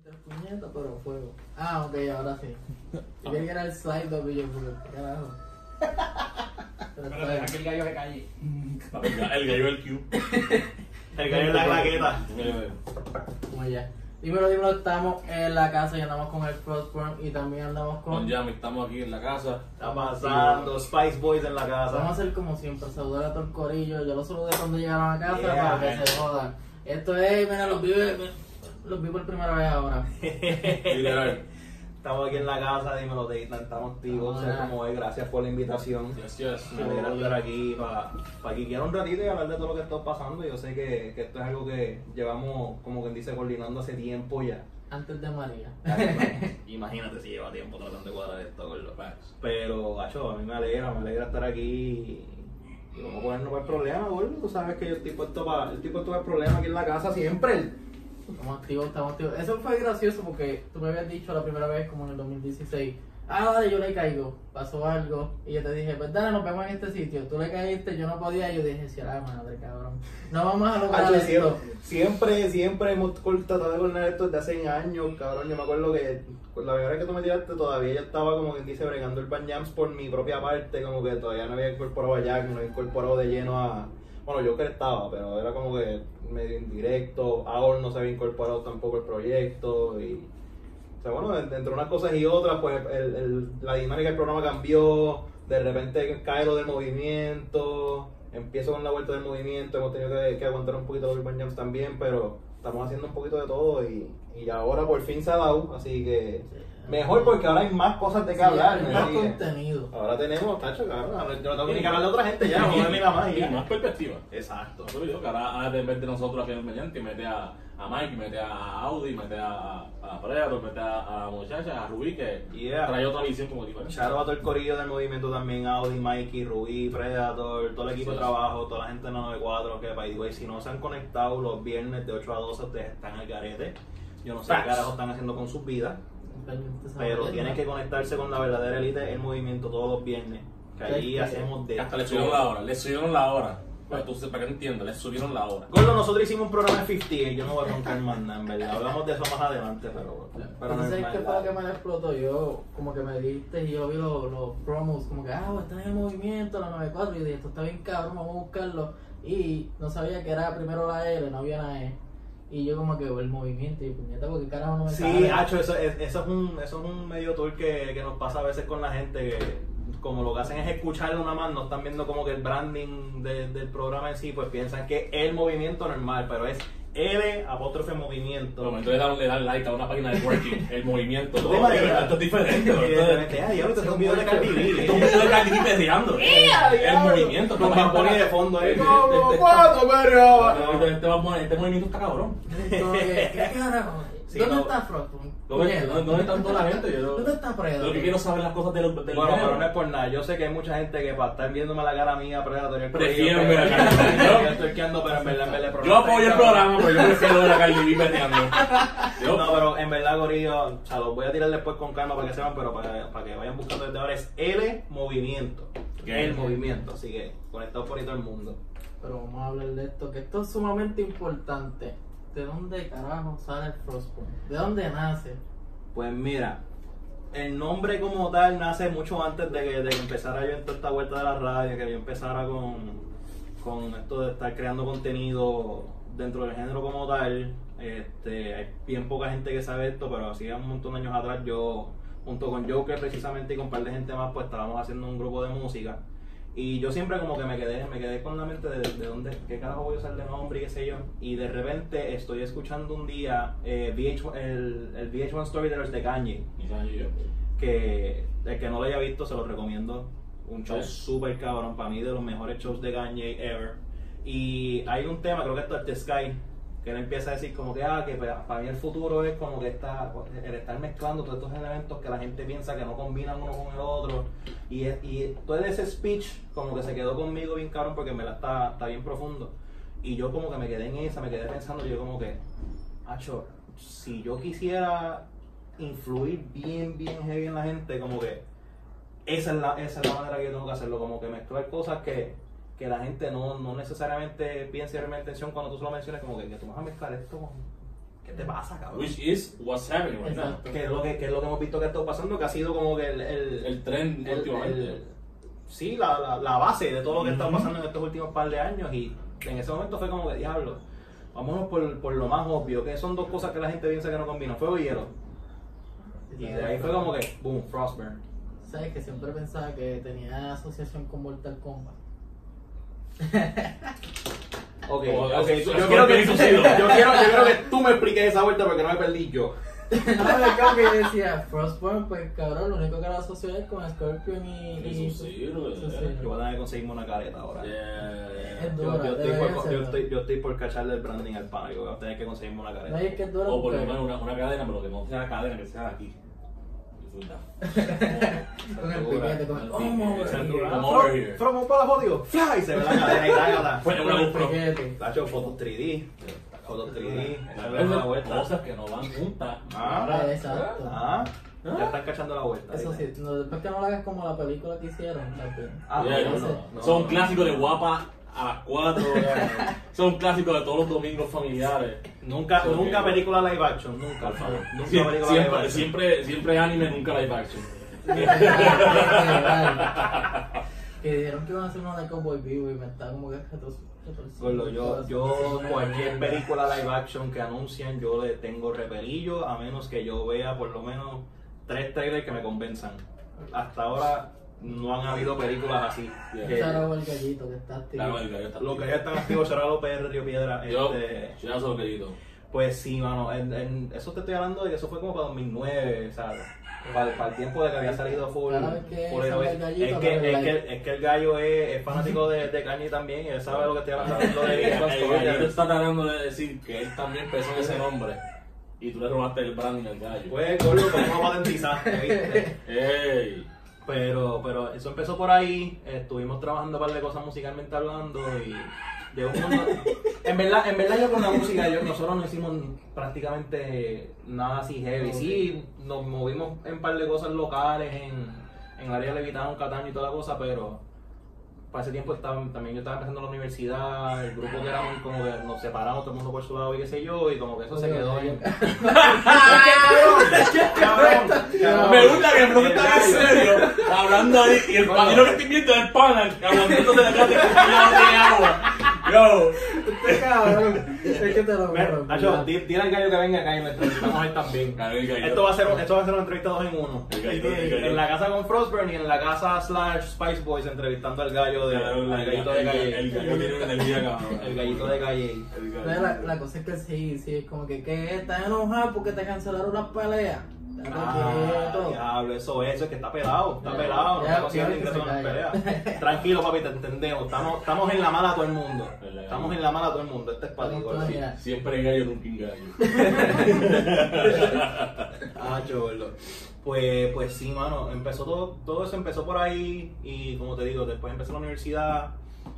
Puñeta, pero fuego. Ah, ok, ahora sí. Yo quería que era el slide de Billy Burger. Carajo. Pero deja que el gallo se calle. El gallo del Q. El gallo en la claqueta. Como ya. Dímelo, estamos en la casa y andamos con el Frostburn y también andamos Con con... Yami, estamos aquí en la casa. Está pasando Spice Boys en la Vamos a casa. hacer como siempre, saludar a todo el corillo. Yo los saludé cuando llegaron a casa Yeah, para que se jodan. Esto es, mira, los vi por primera vez ahora. Literal. Estamos aquí en la casa, dímelo, Dayton, estamos activos, sé cómo es, gracias por la invitación. Yes. Me alegra estar aquí para quiquear un ratito y hablar de todo lo que está pasando. Yo sé que esto es algo que llevamos, como quien dice, coordinando hace tiempo ya. Antes de María. Imagínate si lleva tiempo tratando de cuadrar esto con los facts. Pero, gacho, a mí me alegra estar aquí y vamos a ponernos por el problema, gordo. Tú sabes que yo estoy puesto para el problema aquí en la casa siempre. Estamos activos. Eso fue gracioso porque tú me habías dicho la primera vez, como en el 2016, dale, yo le caigo, pasó algo, y yo te dije, pues dale, nos vemos en este sitio. Tú le caíste, yo no podía, y yo dije, si la madre, cabrón, no vamos a lograr esto. Siempre hemos tratado de coordinar esto desde hace años, cabrón. Yo me acuerdo que la primera vez que tú me tiraste todavía yo estaba, como quien dice, bregando el Banyams por mi propia parte, como que todavía no había incorporado a Jack, no había incorporado de lleno a... Bueno, yo que estaba, pero era como que medio indirecto. Ahora no se había incorporado tampoco el proyecto. Y, o sea, bueno, entre unas cosas y otras, pues la dinámica del programa cambió. De repente cae lo del movimiento. Empiezo con la vuelta del movimiento. Hemos tenido que aguantar un poquito los Urban Jams también, pero estamos haciendo un poquito de todo. Y ahora por fin se ha dado. Así que mejor porque ahora hay más cosas de qué hablar. Hay más contenido. Ahora tenemos, tacho, cabrón. Yo no tengo ni que hablar de otra gente ya. Vamos a ver más Y más perspectiva. Exacto. Por eso digo que ahora en vez de nosotros aquí en el mediante, mete a Mike, mete a Audi, mete a Predator, mete a la muchacha, a Rubí, que trae otra visión como diferente. Charo a todo el corillo del movimiento también, Audi, Mikey, Rubí, Predator, todo el equipo de trabajo, toda la gente de la 94, que by the way, si no se han conectado los viernes de 8 a 12, ustedes están al garete. Yo no sé qué carajo están haciendo con sus vidas, pero tienen que conectarse con la verdadera élite, el movimiento todos los viernes, que allí hacemos de... Hasta le subieron la hora. Para que entiendas, les subieron la hora. Gordo, nosotros hicimos un programa de 50 y yo no voy a roncar más nada, en verdad. Hablamos de eso más adelante, pero no sé qué fue lo que me explotó. Yo, como que me diste y yo vi los promos, como que, están en el movimiento, la 94, y dije, esto está bien cabrón, vamos a buscarlo. Y no sabía que era primero la L, no había la E. Y yo como que el movimiento y puñeta, porque carajo no me sí, sale. Hacho, eso es un medio tour que nos pasa a veces con la gente, que como lo que hacen es escucharlo nada más, no están viendo como que el branding del programa en sí, pues piensan que es el movimiento normal, pero es L''movimiento. Pero entonces le dan like a una página de working, el movimiento. ¿Tú No, te imaginas? esto es diferente. Esto es un video de Cardi B. Esto es un video de Cardi B perreando. El movimiento. Nos van a poner de fondo ahí. Este movimiento está cabrón. Como que, ¿qué carajo? Sí, ¿Dónde no. está Frostburn? ¿Dónde está toda la gente? ¿Dónde está Predator? Yo que quiero saber las cosas del Bueno, pero no es por nada. Yo sé que hay mucha gente que para estar viéndome la cara mía, Predator, el prefiero corillo, ver a Cardi B. yo estoy quedando, pero en verdad el programa. Yo apoyo el programa, pero yo prefiero ver a Cardi B perreando. No, pero en verdad, gorillo, o sea, los voy a tirar después con calma para que sepan, pero para que vayan buscando desde ahora es L''movimiento. El movimiento, así que conectados por ahí todo el mundo. Pero vamos a hablar de esto, que esto es sumamente importante. ¿De dónde carajo sale el Frostburn? ¿De dónde nace? Pues mira, el nombre como tal nace mucho antes de que empezara yo en toda esta vuelta de la radio, que yo empezara con esto de estar creando contenido dentro del género como tal. Hay bien poca gente que sabe esto, pero hacía un montón de años atrás yo, junto con Joker precisamente y con un par de gente más, pues estábamos haciendo un grupo de música. Y yo siempre como que me quedé con la mente de dónde, qué carajo voy a usar de nombre y qué sé yo. Y de repente estoy escuchando un día el VH1 Storytellers de Kanye. Que el que no lo haya visto se lo recomiendo. Un show súper cabrón, para mí de los mejores shows de Kanye ever. Y hay un tema, creo que esto es The Sky, que él empieza a decir como que para mí el futuro es como que el estar mezclando todos estos elementos que la gente piensa que no combinan uno con el otro, y todo ese speech como que se quedó conmigo bien cabrón, porque me la está bien profundo, y yo como que me quedé en esa, me quedé pensando, yo como que, acho, si yo quisiera influir bien heavy en la gente, como que esa es la manera que yo tengo que hacerlo, como que mezclar cosas que la gente no necesariamente piense y reme atención cuando tú se lo menciones, como que tú vas a mezclar esto con ¿qué te pasa, cabrón? Which is what's happening right now. Exacto. ¿Qué es lo que hemos visto que está pasando? Que ha sido como que El trend últimamente. sí, la base de todo lo que está pasando en estos últimos par de años. Y en ese momento fue como que, diablo, vámonos por lo más obvio, que son dos cosas que la gente piensa que no combinan, fuego y hielo. Y de ahí fue como que, boom, Frostburn. ¿Sabes? Que siempre pensaba que tenía asociación con Mortal Kombat. Ok, Oh, ok, eso yo quiero que es tú me expliques esa vuelta porque no me perdí yo. No, es como que yo decía, Frostborn, pues cabrón, lo único que lo asocio es con Scorpion y Sub-Zero, Sub-Zero. Yo voy a tener que conseguirme una careta ahora. Es Yo, dura, debería serlo. yo estoy por cacharle el branding al pana. Yo voy a tener que conseguirme una careta. No, y es que es duro O por lo porque- menos una cadena, pero que no sea cadena, que sea aquí. Disfruta. con el piquete, con el homo, Exacto. güey. Come over here. From para la foto, fly, se ve la cadena y tal. Fue Con una el GoPro. piquete. Tacho, fotos 3D. Fotos 3D. A Dale veces la vuelta. cosas que no van juntas. Exacto. Ya están cachando la vuelta. Eso sí, no, después que no lo hagas como la película que hicieron, también. Yeah, no, no, son no, clásicos no. de guapa a las 4. Son clásicos de todos los domingos familiares. Nunca película live action, nunca. Por favor. Nunca Sie- película live action. siempre anime, nunca live action. Que dijeron que iban a hacer una de Cowboy Vivo y me está como que Gordo, yo cualquier película live action que anuncian, yo le tengo repelillo, a menos que yo vea por lo menos 3 trailers que me convenzan. Hasta ahora no han habido películas así. Que Sarao el gallito que está activo. Claro, el gallo está lo que activo. ya están activos será López Río Piedra. Yo ya soy querido. Pues sí, mano, eso te estoy hablando de que eso fue como para 2009, ¿sabes? Para el tiempo de que había salido full. Cada vez que full sale Heroic. el gallito, es dale que like. el gallo es fanático de Kanye también y él sabe lo que estoy hablando de El Xbox gallito Spoilers. está tratando de decir que él también empezó en ese nombre. Y tú le robaste el branding al gallo. Pues, gordo, pues vamos a patentizar, ¿viste? ¡Ey! Pero eso empezó por ahí, estuvimos trabajando un par de cosas musicalmente hablando y llegó un mundo... En verdad yo con la música, nosotros no hicimos prácticamente nada así heavy. Sí, nos movimos en un par de cosas locales, en el área de Levitán, Cataño y toda la cosa, pero para ese tiempo también yo estaba empezando la universidad, el grupo que éramos como que nos separamos, todo el mundo por su lado y qué sé yo, y como que eso se quedó en... ¡Cabrón! Me gusta que me preguntan en serio, hablando ahí, y el panino que estoy viendo es el pana, aguantándose de atrás de de agua. Yo, Este cabrón, es que te lo juro. Nacho, dile al gallo que venga acá y lo entrevistamos a él también. Claro, el gallo. Esto va a ser una entrevista 2 en 1. El gallo. En la casa con Frostburn y en la casa / Spice Boys entrevistando al gallo de Claro, al gallito de el calle. gallo tiene una energía, cabrón. El gallito de calle. El gallo. Pero la cosa es que sí, es como que estás enojado porque te cancelaron las peleas. Diablo, eso es que está pelado, Ya, no ya, está consiguiendo ya, ingresos en las ya. peleas. Tranquilo, papi, te entendemos. Estamos en la mala todo el mundo. Verdad. Estamos en la mala todo el mundo. Este es para ti, Estamos gordo. todavía. Siempre hay gallo, nunca hay gallo. Cholo. Pues sí, mano, empezó todo eso empezó por ahí y como te digo, después empecé la universidad,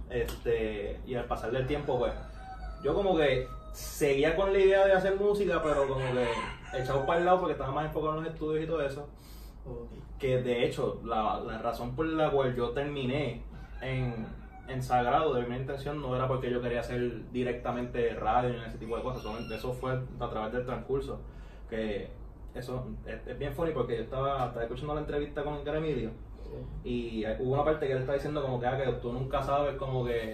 y al pasar del tiempo, pues, yo como que seguía con la idea de hacer música, pero como que echado para el lado porque estaba más enfocado en los estudios y todo eso. Que de hecho, la razón por la cual yo terminé en Sagrado, de mi intención, no era porque yo quería hacer directamente radio ni ese tipo de cosas, eso fue a través del transcurso. Que eso es bien funny porque yo estaba escuchando la entrevista con Edgar Emilio y hubo una parte que él está diciendo como que tú nunca sabes como que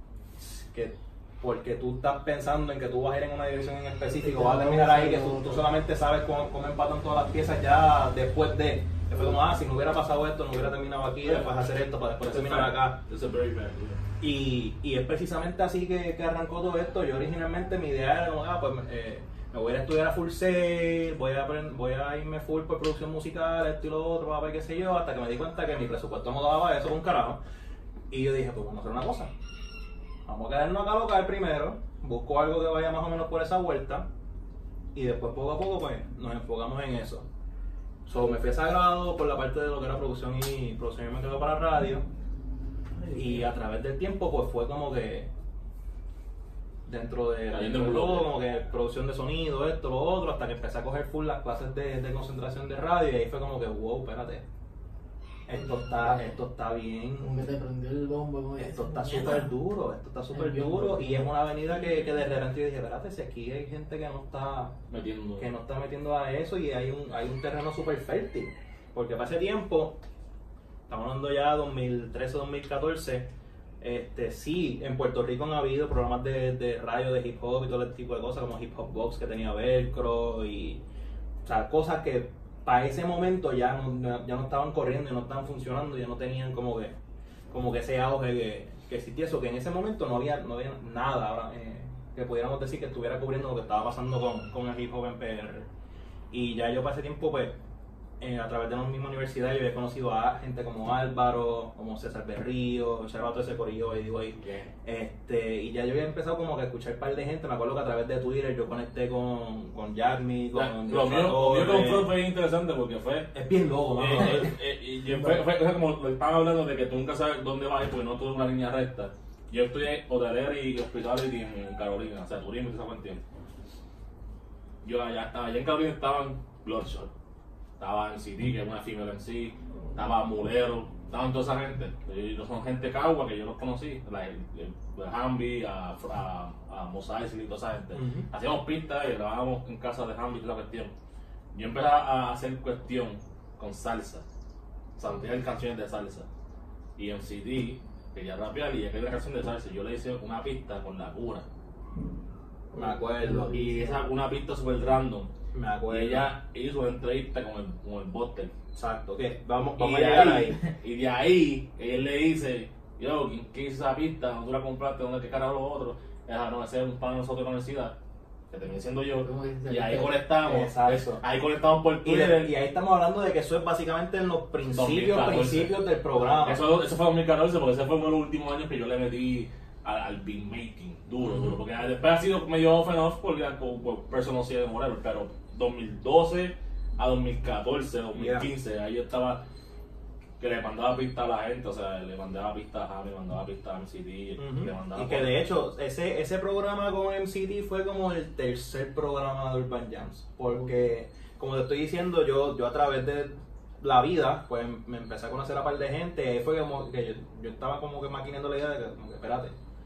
porque tú estás pensando en que tú vas a ir en una dirección en específico, vas a terminar ahí, que tú solamente sabes cómo empatan todas las piezas ya después de. Fue como, si no hubiera pasado esto, no hubiera terminado aquí, después hacer esto, para después terminar acá. It's a very bad. Y es precisamente así que arrancó todo esto. Yo originalmente mi idea era como, me voy a ir a estudiar a full sail, voy a irme full por producción musical, esto y lo otro, para ver qué sé yo, hasta que me di cuenta que mi presupuesto no daba eso con un carajo. Y yo dije, pues vamos a hacer una cosa. Vamos a quedarnos acá local primero, busco algo que vaya más o menos por esa vuelta y después poco a poco pues nos enfocamos en eso. Me fui a Sagrado por la parte de lo que era producción y me quedó para radio y a través del tiempo pues fue como que dentro de todo, como que producción de sonido, esto, lo otro, hasta que empecé a coger full las clases de concentración de radio y ahí fue como que wow, espérate. esto está bien. Como que te prendió el bombo. Como Esto dices, está súper duro, Es bien duro duro. y es una avenida que de repente yo dije, espérate, si aquí hay gente que no está metiendo a eso y hay un terreno súper fértil. Porque para ese tiempo, estamos hablando ya de 2013-2014, sí, en Puerto Rico han habido programas de radio de hip hop y todo ese tipo de cosas, como Hip Hop Box que tenía Velcro y o sea, cosas que para ese momento ya no estaban corriendo y no estaban funcionando, ya no tenían como que ese auge que existía, eso que en ese momento no había nada que pudiéramos decir que estuviera cubriendo lo que estaba pasando con el hip hop en PR. Y ya yo para ese tiempo, pues, a través de la misma universidad, yo había conocido a gente como Álvaro, como César Berrío, observado todo ese corillo ahí, y ya yo había empezado como que a escuchar un par de gente. Me acuerdo que a través de Twitter yo conecté con Jarmy, con Lo mío con Fred fue interesante porque fue. Es bien loco, ¿no? Y fue como lo estaban hablando de que tú nunca sabes dónde vas a ir porque no todo es una línea recta. Yo estudié hotelería y hospitality en Carolina, o sea, turismo y esa cuestión. Yo allá en Carolina estaban Bloodshot, estaba NCT, que es una female MC, estaba Mulero, estaban toda esa gente. Ellos son gente cagua que yo los conocí, de Hamby, a Mosaic y toda esa gente. Hacíamos pistas y grabábamos en casa de Hamby y toda la cuestión. Yo empecé a hacer cuestión con salsa, samplear canciones de salsa. Y NCT quería rapear y aquella canción de salsa, yo le hice una pista con La Cura. Me acuerdo. Y una pista super random. Me acuerdo. Y ella hizo una entrevista con el Buster. Exacto, ¿qué? Vamos Y a de llegar ahí, ahí. y de ahí, él le dice, yo, ¿quién hizo esa pista? ¿Dónde tú la compraste? ¿Dónde qué carajo los otros? No, ese es un pan de nosotros de la universidad, que terminé siendo yo. Y ahí conectamos. Exacto. Ahí conectamos por Y Twitter. ahí estamos hablando de que eso es básicamente en los 2014. principios del programa. Eso fue 2014, porque ese fue uno de los últimos años que yo le metí al beatmaking, duro, porque después ha sido medio off and off por personal de Moreno, pero 2012 a 2014, 2015, ahí yo estaba que le mandaba pistas a la gente, o sea, le mandaba pistas a Javi, mandaba pistas a MCT, le mandaba Y que de hecho, ese programa con MCT fue como el tercer programa de Urban Jams, porque como te estoy diciendo, yo a través de la vida, pues me empecé a conocer a par de gente, ahí fue como que yo estaba como que maquinando la idea de que, como que espérate,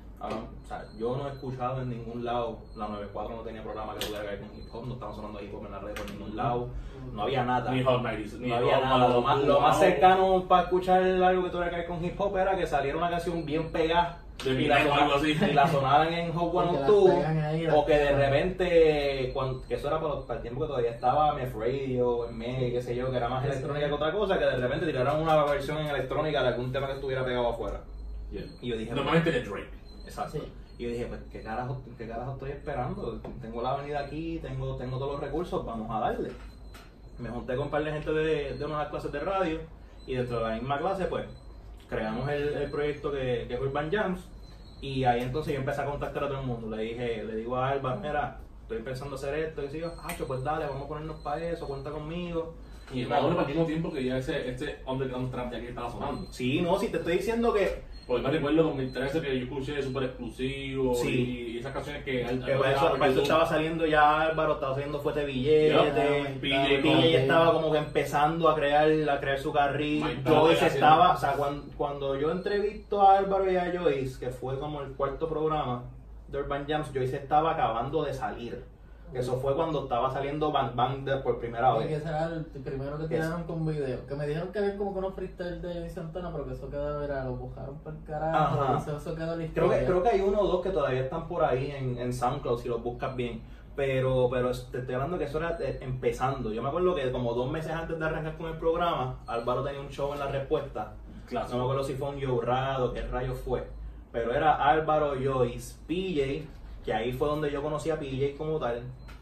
o sea, yo no he escuchado en ningún lado, la 94 no tenía programa que pudiera caer con hip hop, no estaban sonando hip hop en la red por ningún lado, no había nada. Ni Hot 90s, No había nada. Lo más cercano para escuchar algo que tuviera que ver con hip hop era que saliera una canción bien pegada y la sonaran en Hot 102, o que de repente, que eso era para el tiempo que todavía estaba Mef Radio, Meg, qué sé yo, que era más electrónica que otra cosa, que de repente tiraran una versión en electrónica de algún tema que estuviera pegado afuera. Y yo dije, normalmente de Drake. Exacto. Sí. Y yo dije, pues, ¿qué carajo estoy esperando? Tengo la avenida aquí, tengo todos los recursos, vamos a darle. Me junté con un par de gente de unas clases de radio y dentro de la misma clase, pues, creamos el proyecto que es Urban Jams y ahí entonces yo empecé a contactar a todo el mundo. Le digo a Alba, mira, estoy pensando hacer esto, y yo, pues dale, vamos a ponernos para eso, cuenta conmigo. Y me acuerdo para el mismo tiempo que ya este Underground Trap ya aquí estaba sonando. Sí, no, si te estoy diciendo que Porque me recuerdo 2013 que yo escuché Super Exclusivo sí. y esas canciones que para eso estaba saliendo ya Álvaro, estaba saliendo Fuerte Billete, PJ estaba como que empezando a crear su carril, Joyce estaba, o sea, cuando yo entrevisto a Álvaro y a Joyce, que fue como el cuarto programa de Urban Jams, Joyce estaba acabando de salir. Eso fue cuando estaba saliendo Bang Bang por primera vez. Que ese era el primero que tiraron con video. Que me dijeron que había como que unos freestyle de Santana, pero que eso quedó, lo buscaron por el carajo. Eso quedó la historia. Creo que hay uno o dos que todavía están por ahí en SoundCloud si los buscas bien. Pero te estoy hablando que eso era empezando. Yo me acuerdo que como 2 meses antes de arrancar con el programa, Álvaro tenía un show en La Respuesta. Claro. No me acuerdo si fue un Yo Rado, qué rayo fue. Pero era Álvaro, Joyce, PJ, que ahí fue donde yo conocí a PJ como tal.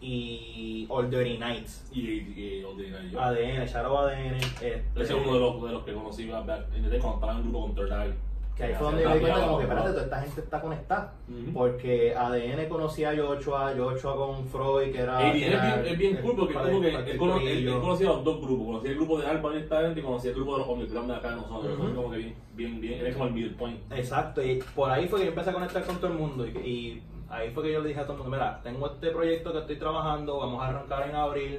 Y All Dirty Nights. Y All Dirty Nights. ADN, Shadow ADN. Ese es uno de los que conocí cuando estaba en el grupo con Third Eye. Que ahí fue donde yo di cuenta como que espérate, toda esta gente está conectada. Porque ADN conocía a Joshua con Freud, que era... Es bien cool porque como que él conocía a los dos grupos. Conocía el grupo de Alba y conocía el grupo de los Underground de acá de nosotros. Como que bien, era como el middle point. Exacto, y por ahí fue que yo empecé a conectar con todo el mundo. Y ahí fue que yo le dije a todo el mundo, mira, tengo este proyecto que estoy trabajando, vamos a arrancar en abril,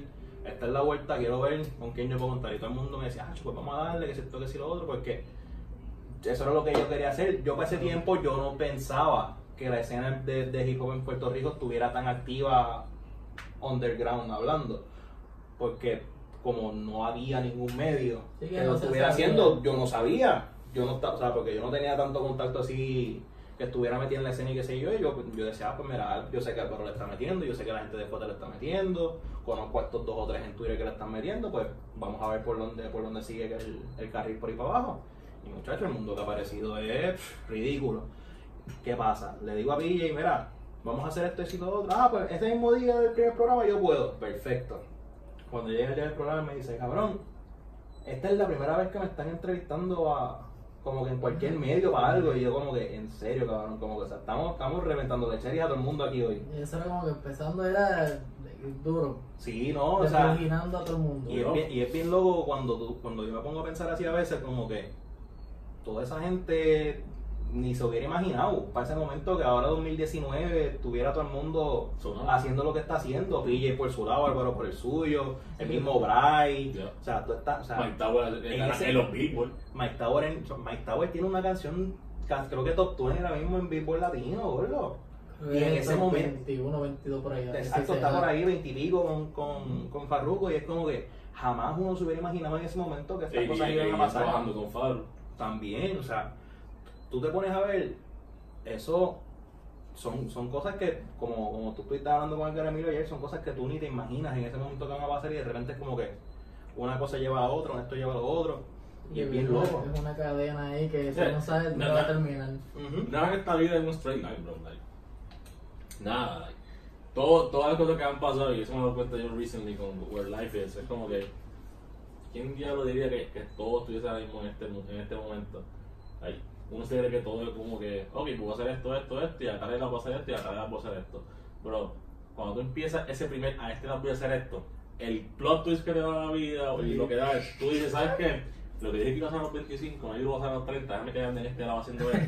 esta es la vuelta, quiero ver con quién yo puedo contar. Y todo el mundo me decía, pues vamos a darle, que si esto, que si lo otro, porque eso era lo que yo quería hacer. Yo para ese tiempo yo no pensaba que la escena de hip hop en Puerto Rico estuviera tan activa underground hablando, porque como no había ningún medio Sí, que que lo no se estuviera sabía. haciendo, yo no sabía, o sea, porque yo no tenía tanto contacto así que estuviera metido en la escena y qué sé yo, y yo decía, pues mira, yo sé que Álvaro le está metiendo, yo sé que la gente de Fuerte le está metiendo, conozco a estos 2 o 3 en Twitter que le están metiendo, pues vamos a ver por dónde sigue el carril por ahí para abajo. Y muchachos, el mundo que ha aparecido es ridículo. ¿Qué pasa? Le digo a PJ, mira, vamos a hacer esto y lo otro. Pues ese mismo día del primer programa yo puedo. Perfecto. Cuando llega el día del programa me dice, cabrón, esta es la primera vez que me están entrevistando como que en cualquier medio para algo. Y yo como que, en serio, cabrón, como que o sea, estamos reventando lecherías a todo el mundo aquí hoy. Y eso era como que empezando era duro. Sí, no, o sea, Desvirginando a todo el mundo. y es bien loco cuando yo me pongo a pensar así a veces, como que toda esa gente ni se hubiera imaginado para ese momento que ahora 2019 tuviera todo el mundo Sonado. haciendo lo que está haciendo, PJ por su lado, Álvaro por el suyo, el mismo Bray, Yeah. o sea, tú estás, o sea, Mike Tower en los Billboard. Mike Tower tiene una canción, creo que top 20 ahora mismo en Billboard Latino, gordo. Y en ese momento 21, 22 por ahí. exacto, está por ahí 20 y pico con Farruko, y es como que jamás uno se hubiera imaginado en ese momento que estas cosas iban a pasar. Trabajando con Faro. También, o sea, tú te pones a ver, eso son cosas que, como tú estuviste hablando con el Emilio ayer, son cosas que tú ni te imaginas en ese momento que van a pasar, y de repente es como que una cosa lleva a otra, esto lleva a lo otro, y es bien loco. Es una cadena ahí que Sí. no sabes dónde va a terminar. Ujú. Nada en esta vida es un straight line, bro. Like, nada. Like, todas las cosas que han pasado, y eso me lo cuento yo recently con Where Life Is, es como que ¿quién ya lo diría que todo estuviese ahora mismo en este momento? Like, uno se cree que todo es como que, ok, pues voy a hacer esto, y acá le voy a hacer esto, y acá le voy a hacer esto. Pero cuando tú empiezas ese primer, a este lado voy a hacer esto, el plot twist que te da la vida, y lo que da es, tú dices, ¿sabes qué? Lo que dije que iba a hacer a los 25, no, yo iba a hacer a los 30, déjame quedarme en este lado haciendo esto.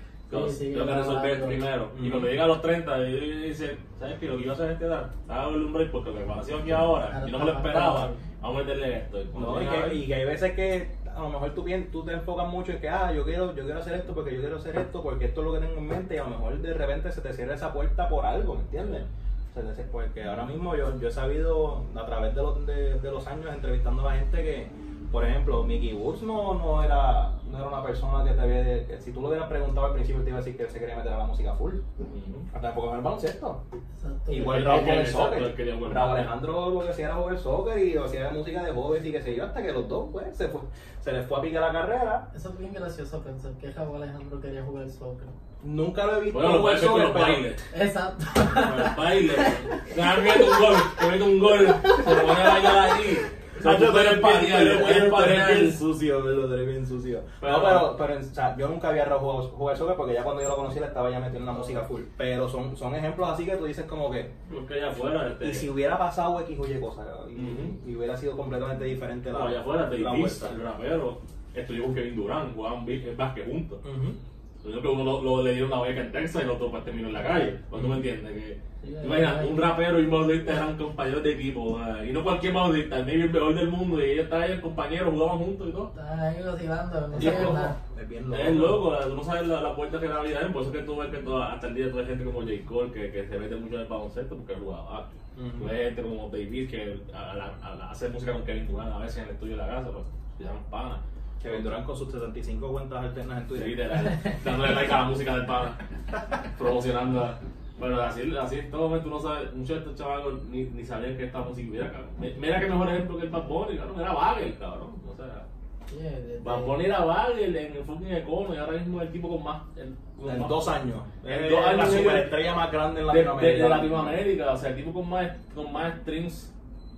Sí, Tengo que resolver esto primero. Y cuando llega a los 30, yo dice, ¿sabes qué? Lo que iba a hacer a esta edad, darle un break porque lo que me pareció aquí ahora, y no me lo esperaba, vamos a meterle esto. Y cuando No, llega- y que hay veces que a lo mejor tú te enfocas mucho en que yo quiero hacer esto porque yo quiero hacer esto porque esto es lo que tengo en mente, y a lo mejor de repente se te cierra esa puerta por algo, ¿me entiendes? Porque ahora mismo yo he sabido a través de los años entrevistando a la gente que, por ejemplo, Mickey Woods no era una persona que si tú lo hubieras preguntado al principio te iba a decir que él se quería meter a la música full, hasta tampoco en el baloncesto. Exacto. Igual Él Raúl quería- con el exacto, él soccer. quería jugar Raúl soccer. Alejandro lo que hacía era jugar soccer y hacía música de jóvenes y qué sé yo, hasta que los dos pues se les fue a picar la carrera. Eso es bien gracioso pensar que Raúl Alejandro quería jugar soccer. Nunca lo he visto Bueno, lo jugar puedes ver con soccer, los pero bailes. Exacto. Con los bailes. Te mete un gol, te mete un gol, se lo pone a bailar allí. O sea, tú puedes parear. bien sucio, lo eres bien sucio. Pero- Pero o sea, yo nunca había jugar soccer porque ya cuando yo lo conocí le estaba ya metiendo una música full. Pero son ejemplos así que tú dices como que, Porque allá afuera, y si hubiera pasado X o Y cosas, Ujú. y hubiera sido completamente diferente no, allá afuera, la Davis, vuelta. el rapero, estudió con Kevin Durant, jugaban básquet juntos. Ujú. Lo único que uno le dieron una beca en Texas y el otro pues terminó en la calle. ¿No tú me entiendes? Que, Sí, imagina, un rapero y un bautista eran compañeros de equipo. Y no cualquier bautista, el el mejor del mundo. Y ellos estaban ahí, compañeros, jugaban juntos y todo. Estaban ahí vacilando, no Y es sabían loco. nada. Es bien loco. Es loco, tú no sabes la puerta que da la vida. Por eso es que tú ves que hasta el día tú ves gente como J. Cole que se mete mucho en el baloncesto porque él jugaba básquet. Ujú. Tú ves gente como Davis que hace música con Kevin Durant a veces en el estudio de la casa, pues se llaman panas. Kevin Durant con sus 75 cuentas alternas en Twitter. Literal, dándole like a la música del pana, promocionando. Pero así en todo momento uno sabe, muchos de estos chavales ni sabían que esta música hubiera, cabrón. Mira que mejor ejemplo que el Bad Bunny, cabrón, era Bagel, cabrón. O sea, Yeah, Bad Bunny era Bagel en el fucking Econo y ahora mismo es el tipo con más. Con En más- 2 años. En Es 2 años la y medio. superestrella más grande en de Latinoamérica. Latinoamérica, o sea, el tipo con más streams.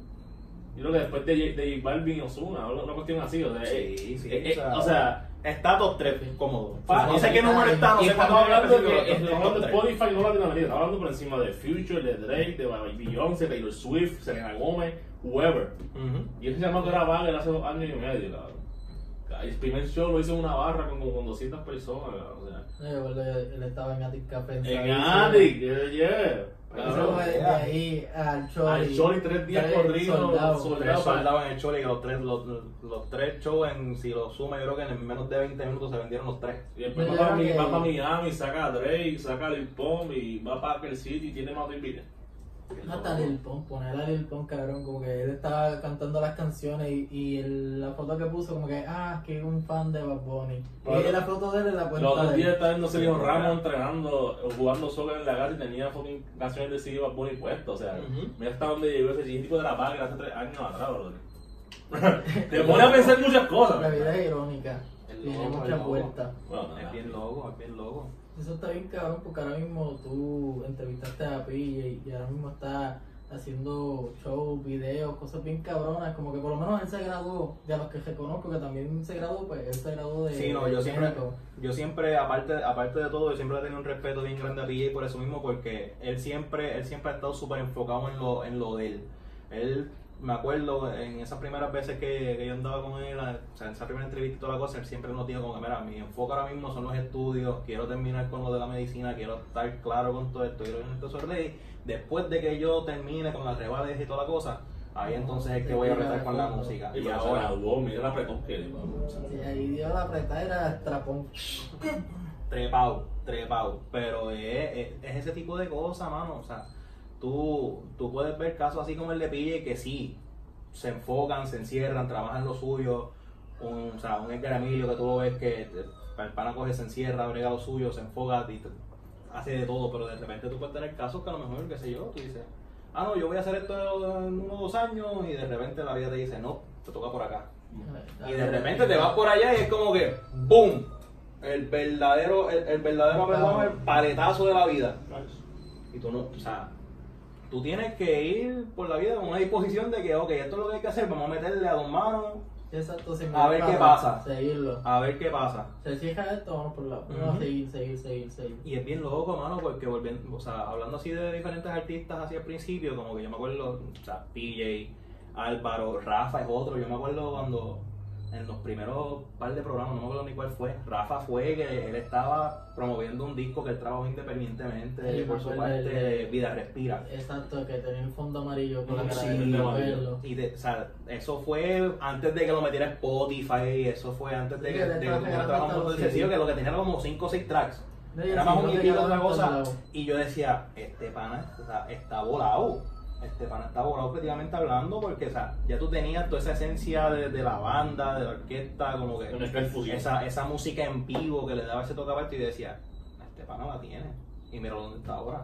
Yo creo que después de J Balvin y Ozuna, una cuestión así, o sea, Sí, o sea, está top 3 cómodo. Pa- No sé qué número está, no y sé estamos cuánto hablando es, de pero que estamos hablando de top 3. Spotify, no Latinoamérica, estamos hablando por encima de Future, de Drake, de Beyoncé, Taylor Swift, Selena Gomez, whoever. Ujú. Y ese chamaco era Bagel hace 2 años y medio, cabrón. El primer show lo hizo en una barra con 200 personas, o sea. Él estaba en Attic Café. En Attic, yeah. Eso fue de ahí al Choli. Al Choli 3 días corridos, Tres soldados en el Choli, que los tres shows, si lo suma, yo creo que en menos de 20 minutos se vendieron los 3. Y después va para Miami, saca a Drake, saca a Lil Pump y va para aquel sitio y tiene más de video. Hasta Lil Pump, poner a Lil Pump, cabrón, como que él estaba cantando las canciones y la foto que puso como que, que es un fan de Bad Bunny. Bueno, y la foto de él en la cuenta los de otros él. días estaba viendo Sergio Ramos entrenando, jugando soccer en la casa y tenía fucking canciones de CD Bad Bunny puestas, o sea, mira hasta dónde llegó ese chiquitico de la Paga hace 3 años atrás, brother. Te pone a pensar muchas cosas. La vida es irónica, El tiene loco, muchas el loco. vueltas. Bueno, Es bien loco, es bien loco. Eso está bien cabrón porque ahora mismo tú entrevistaste a PJ y ahora mismo está haciendo shows, videos, cosas bien cabronas, como que por lo menos él se graduó, de los que reconozco que también se graduó, pues él se graduó de... Sí, no, de yo siempre, aparte de todo, yo siempre he tenido un respeto bien grande a PJ por eso mismo, porque él siempre ha estado súper enfocado en lo de él. Él, me acuerdo, en esas primeras veces que yo andaba con él, o sea, en esa primera entrevista y toda la cosa, él siempre nos dijo como que, mira, mi enfoque ahora mismo son los estudios, quiero terminar con lo de la medicina, quiero estar claro con todo esto, quiero que esto se ready. Después de que yo termine con las revales y toda la cosa, ahí entonces es que voy a apretar con la música. y Y pero se ahora, graduó, mira la apretón que dio. Y ahí dio la apretadera, trapón. trepado, pero es ese tipo de cosas, mano, o sea, tú puedes ver casos así como el de PJ que sí, se enfocan, se encierran, trabajan lo suyo, un Edgar Emilio que tú lo ves que el pana coge, se encierra, brega lo suyo, se enfoca y hace de todo, pero de repente tú puedes tener casos que a lo mejor, qué sé yo, tú dices, no, yo voy a hacer esto en 1 o 2 años y de repente la vida te dice, no, te toca por acá. Y de repente te vas por allá y es como que ¡boom! El verdadero perdón, el paletazo de la vida. Y tú no, o sea, tú tienes que ir por la vida con una disposición de que, ok, esto es lo que hay que hacer, vamos a meterle a 2 manos, Exacto, sin a ver mirar qué para pasa. atrás, seguirlo. a ver qué pasa. Se fija esto, vamos por el lado. Ujú. Vamos a seguir. Y es bien loco, mano, porque volviendo, o sea, hablando así de diferentes artistas así al principio, como que yo me acuerdo, o sea, PJ, Álvaro, Rafa es otro, yo me acuerdo cuando en los primeros par de programas, no me acuerdo ni cuál fue, Rafa fue que él estaba promoviendo un disco que él trabajó independientemente Sí, por su me acuerdo parte, el- Vida Respira. Exacto, que tenía el fondo amarillo con la cara Sí, de amarillo. y o sea, eso fue antes de que lo metiera Spotify, eso fue antes de Sí, que que le estaba tuviera pegando trabajo hasta muy los sencillo, CDs. que lo que tenía era como 5 o 6 tracks. Sí, Era sí, más no un te EP que quedaba otra en todos cosa. lados. Y yo decía, este pana, o sea, está volado. Este pana está volado prácticamente hablando porque, o sea, ya tú tenías toda esa esencia de la banda, de la orquesta, como que Una perfusión. esa música en vivo que le daba ese toque aparte y decía, este pana la tiene. Y mira dónde está ahora.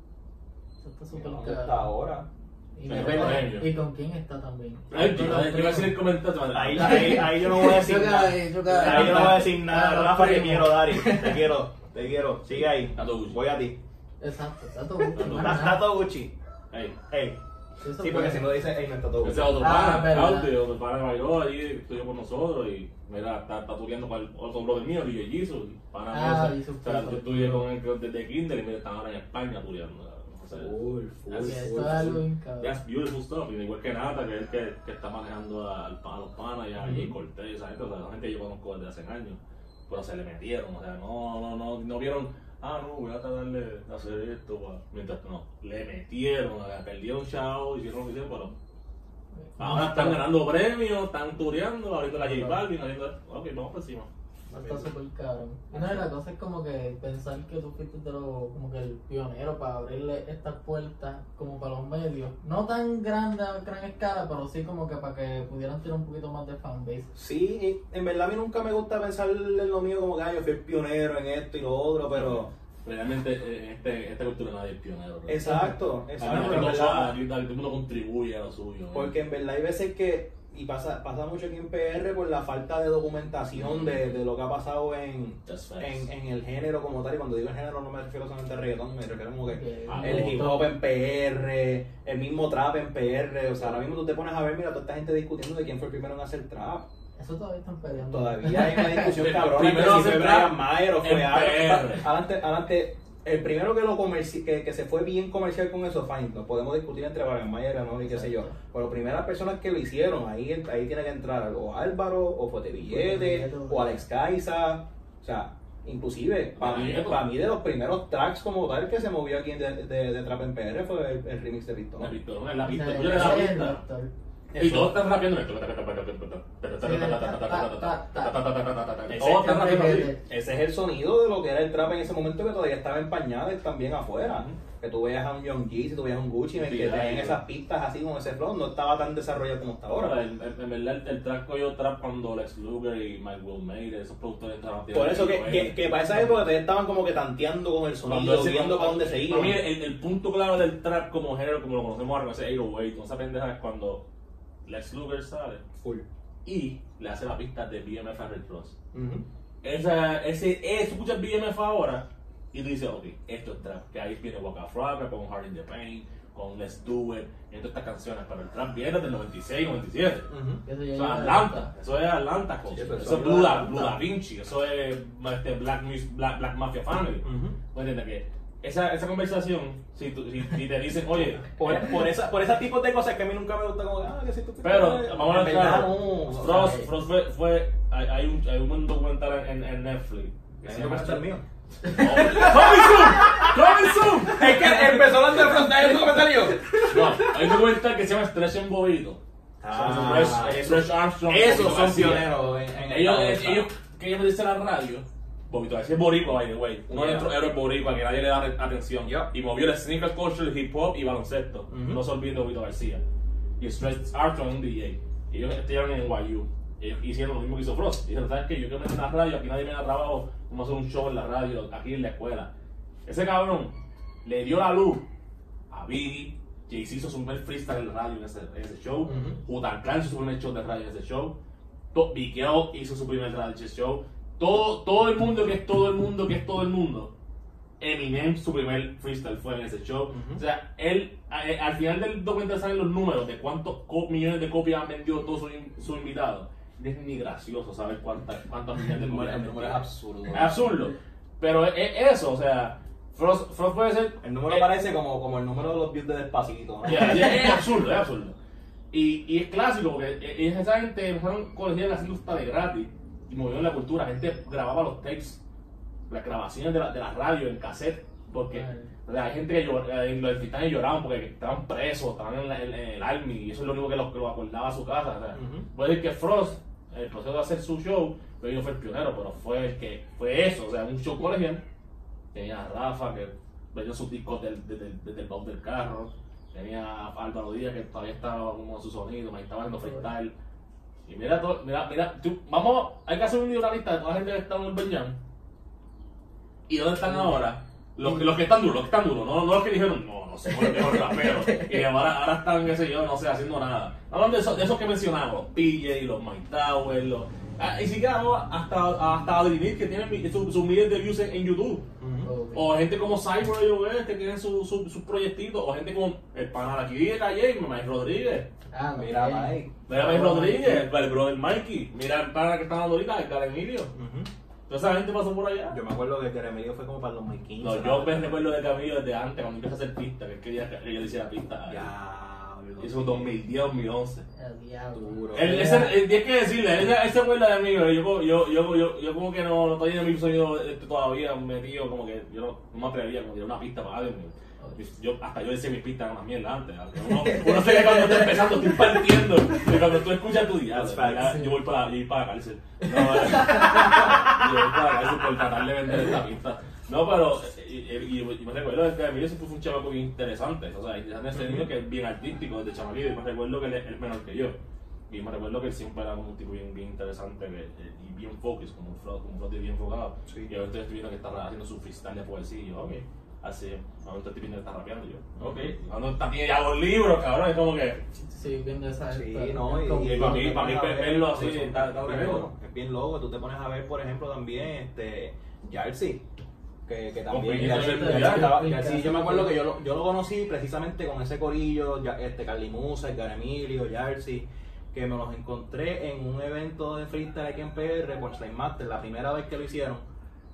Eso está Mira súper dónde está caro. ahora. Y, Sí, mira, genio. ¿y con quién está también? Ay, yo iba a decir el comentario. Ahí yo no voy a decir nada. Ahí yo no voy a decir nada. Rafa, te quiero, Dari. Te quiero. Sigue ahí. Está todo Gucci. Voy a ti. Exacto, está todo mucho. Está todo Gucci. Ey, Hey. Eso Sí, porque fue- si no dice, hey, no está todo ese Gucci. es otro Ah, pana, verdad. Audi, otro pana que bailó ahí, estudió con nosotros y mira, está tureando para el otro brother mío, DJ Jesus, pana mío, Jesus, o sea, sí, yo estudié con él desde kinder y mira, están ahora en España tureando. O sea, Así es, esto es algo bien cabrón. that's beautiful stuff, y igual que Nata, que es el que está manejando a los panas y a Jay Cortez y esa gente, o sea, la gente que yo conozco desde hace años, pero se le metieron, o sea, no vieron, no, voy a tratar de hacer esto, mientras no, le metieron, o sea, perdieron chao, hicieron lo que hicieron, pero ahora están ganando premios, están tureando, ahorita la J Balvin, ahorita, ok, vamos por encima. Está súper cabrón. Y no, y la cosa es como que pensar que tú fuiste de como que el pionero para abrirle estas puertas como para los medios. No tan grande a gran escala, pero sí como que para que pudieran tener un poquito más de fanbase. Sí, en verdad a mí nunca me gusta pensar en lo mío como que yo fui el pionero en esto y lo otro, pero... Realmente en esta cultura nadie es pionero. ¿no? Exacto, Aquí en todo verdad. todo el mundo contribuye a lo suyo. ¿no? Porque en verdad hay veces que, y pasa mucho aquí en PR por la falta de documentación de lo que ha pasado en That's facts. el género como tal, y cuando digo el género no me refiero solamente al reggaetón, me refiero como que Que- el hip hop en PR, el mismo trap en PR, o sea, ahora mismo tú te pones a ver, mira, toda esta gente discutiendo de quién fue el primero en hacer trap. Eso todavía están peleando. Todavía hay una discusión El cabrona primero que si hacer fue trap Brian Mayer o fue en PR. adelante el primero que lo que se fue bien comercial con eso, fine, nos podemos discutir entre Brian Mayer y qué sé yo. Pero las primeras personas que lo hicieron, ahí tiene que entrar o Álvaro, o Fuerte Billete, o Alex Caiza, o sea, inclusive, para mí de los primeros tracks como tal que se movió aquí de Trap en PR fue el remix de Pistón. La pistón, en la pista, Ese tú eres la es el pista. doctor. Y todos están rapeando esto. Todos están rapeando así. Ese es el sonido de lo que era el trap en ese momento, que todavía estaba en pañales también afuera. Que tú veías a un Young Jeezy, tú veías a un Gucci, que tenían esas pistas así con ese flow, no estaba tan desarrollado como está ahora. En verdad, el track cogió trap cuando Lex Luger y Mike Will Made, esos productores estaban Por eso que para esa época todavía estaban como que tanteando con el sonido, viendo para dónde se iba. Para mí, el punto clave del trap como género, como lo conocemos ahora, ese 808, no esa pendeja es cuando Lex Luger sale Full. y le hace la pista de BMF a Rick Ross. Uh-huh. Tú escuchas BMF ahora y tú dices, ok, esto es trap. Que ahí viene Waka Flocka con Hard in the Pain, con Let's Do It, y todas estas canciones. Pero el trap viene del 96, 97. Uh-huh. Eso ya Eso es lleva Atlanta, eso es Atlanta, Sí, eso pero es eso Blue es Da Atlanta. Vinci, eso es Black Mafia Family. Uh-huh. ¿Me entiendes? Que esa conversación, si te dicen, oye, Por ese tipo de cosas que a mí nunca me gusta, como que si tú pero vamos a en verdad, hablar, no, Frost hay un documental en Netflix. Que se llama el mío. ¡Coming soon! Es que empezó hablando de frontal el comentario. No, hay un documental que se llama Stretch en Bobito. Stretch Armstrong. Esos Bobito son García. pioneros en Ellos querían meterse a la radio. Bobito García es boricua, by the way. Uno de nuestros héroes boricua que nadie le da atención. Y movió el sneaker culture, el hip hop y baloncesto. No se olviden de Bobito García. Y Stretch Armstrong es un DJ. Ellos estuvieron en NYU. Ellos hicieron lo mismo que hizo Frost. Dijeron, ¿sabes qué? Yo quiero meter en la radio, aquí nadie me da trabajo. Vamos a hacer un show en la radio, aquí en la escuela. Ese cabrón le dio la luz a Biggie. Jay-Z hizo su primer freestyle en la radio en ese show. Wu-Tang Clan hizo su primer show de radio en ese show. Big L hizo su primer radio show. Todo el mundo que es todo el mundo. Eminem, su primer freestyle fue en ese show. O sea, él, al final del documental salen los números de cuántos millones de copias han vendido todos sus invitados. No es ni gracioso saber cuántas millones de copias han El número vendido. es absurdo. Es absurdo. Pero es eso, o sea, Frost puede ser. El número parece como el número de los views de Despacito, ¿no? Es absurdo. Y es clásico porque esa gente empezaron colegiales haciendo hasta de gratis y movieron la cultura. La gente grababa los tapes, las grabaciones de la radio en cassette, porque hay gente que los titanes lloraban porque estaban presos, estaban en el army y eso es lo único que los acordaba a su casa. O sea, puede decir que Frost, el proceso de hacer su show, no fue el pionero, pero fue eso, o sea, un show colegial. Tenía a Rafa que vendió sus discos desde el baúl del carro. Tenía a Álvaro Díaz que todavía estaba como su sonido, me estaba haciendo freestyle. Y mira, hay que hacer un video lista de toda la gente que está en el Benjam. ¿Y dónde están ahora? Los que están duros, no los que dijeron, no somos el mejor rapero. Y ahora están, qué sé yo, no sé, haciendo nada. Hablando de esos que mencionamos, los PJ, los Mike Tower, y si quedamos hasta Adrilit que tiene sus miles de views en YouTube. O gente como Cyber que tienen sus proyectitos, o gente como el pana de aquí de Calle, Mike Rodríguez. Mira, Mike. Mira Mike Rodríguez, el brother Mikey. Mira el pana que está dando ahorita, el cara Emilio. Toda esa gente pasó por allá. Yo me acuerdo que Emilio fue como para el 2015. No, yo me recuerdo de Camilo desde antes, cuando empecé a hacer pista, que él quería que yo le hiciera pista. Eso fue 2010, 2011. Duro. Tienes que decirle, ese fue la de mí, yo como que no estoy en mi sonido todavía metido, como que yo no me atrevía a tirar una pista para alguien. Hasta yo decía mis pistas eran una mierda antes. Uno sé que cuando estoy empezando estoy partiendo, y cuando tú escuchas tu diablo, yo voy para la cárcel. Yo voy para la cárcel por tratar de vender esta pista. No, pero, y me recuerdo que a mí siempre fue un chamaco bien interesante, o sea, en ese niño que es bien artístico desde chamaquito, y me recuerdo que él es menor que yo, y me recuerdo que él siempre era como un tipo bien interesante y bien focus, como un Frost bien enfocado, y ahorita estoy viendo que está haciendo su freestyle de poesía, y yo, ok, así, ahorita estoy viendo que está rapeando, y yo, ok, ahora también ya los libros, cabrón, es como que... Sí, viendo esa... Sí, no, y para mí verlo así, está tremendo. Es bien loco, tú te pones a ver, por ejemplo, también, Jersey. Que también Jersey, yo me acuerdo que yo lo conocí precisamente con ese corillo, Carly Musa, Edgar Emilio, Jersey, que me los encontré en un evento de freestyle aquí en PR por Slime Master, la primera vez que lo hicieron,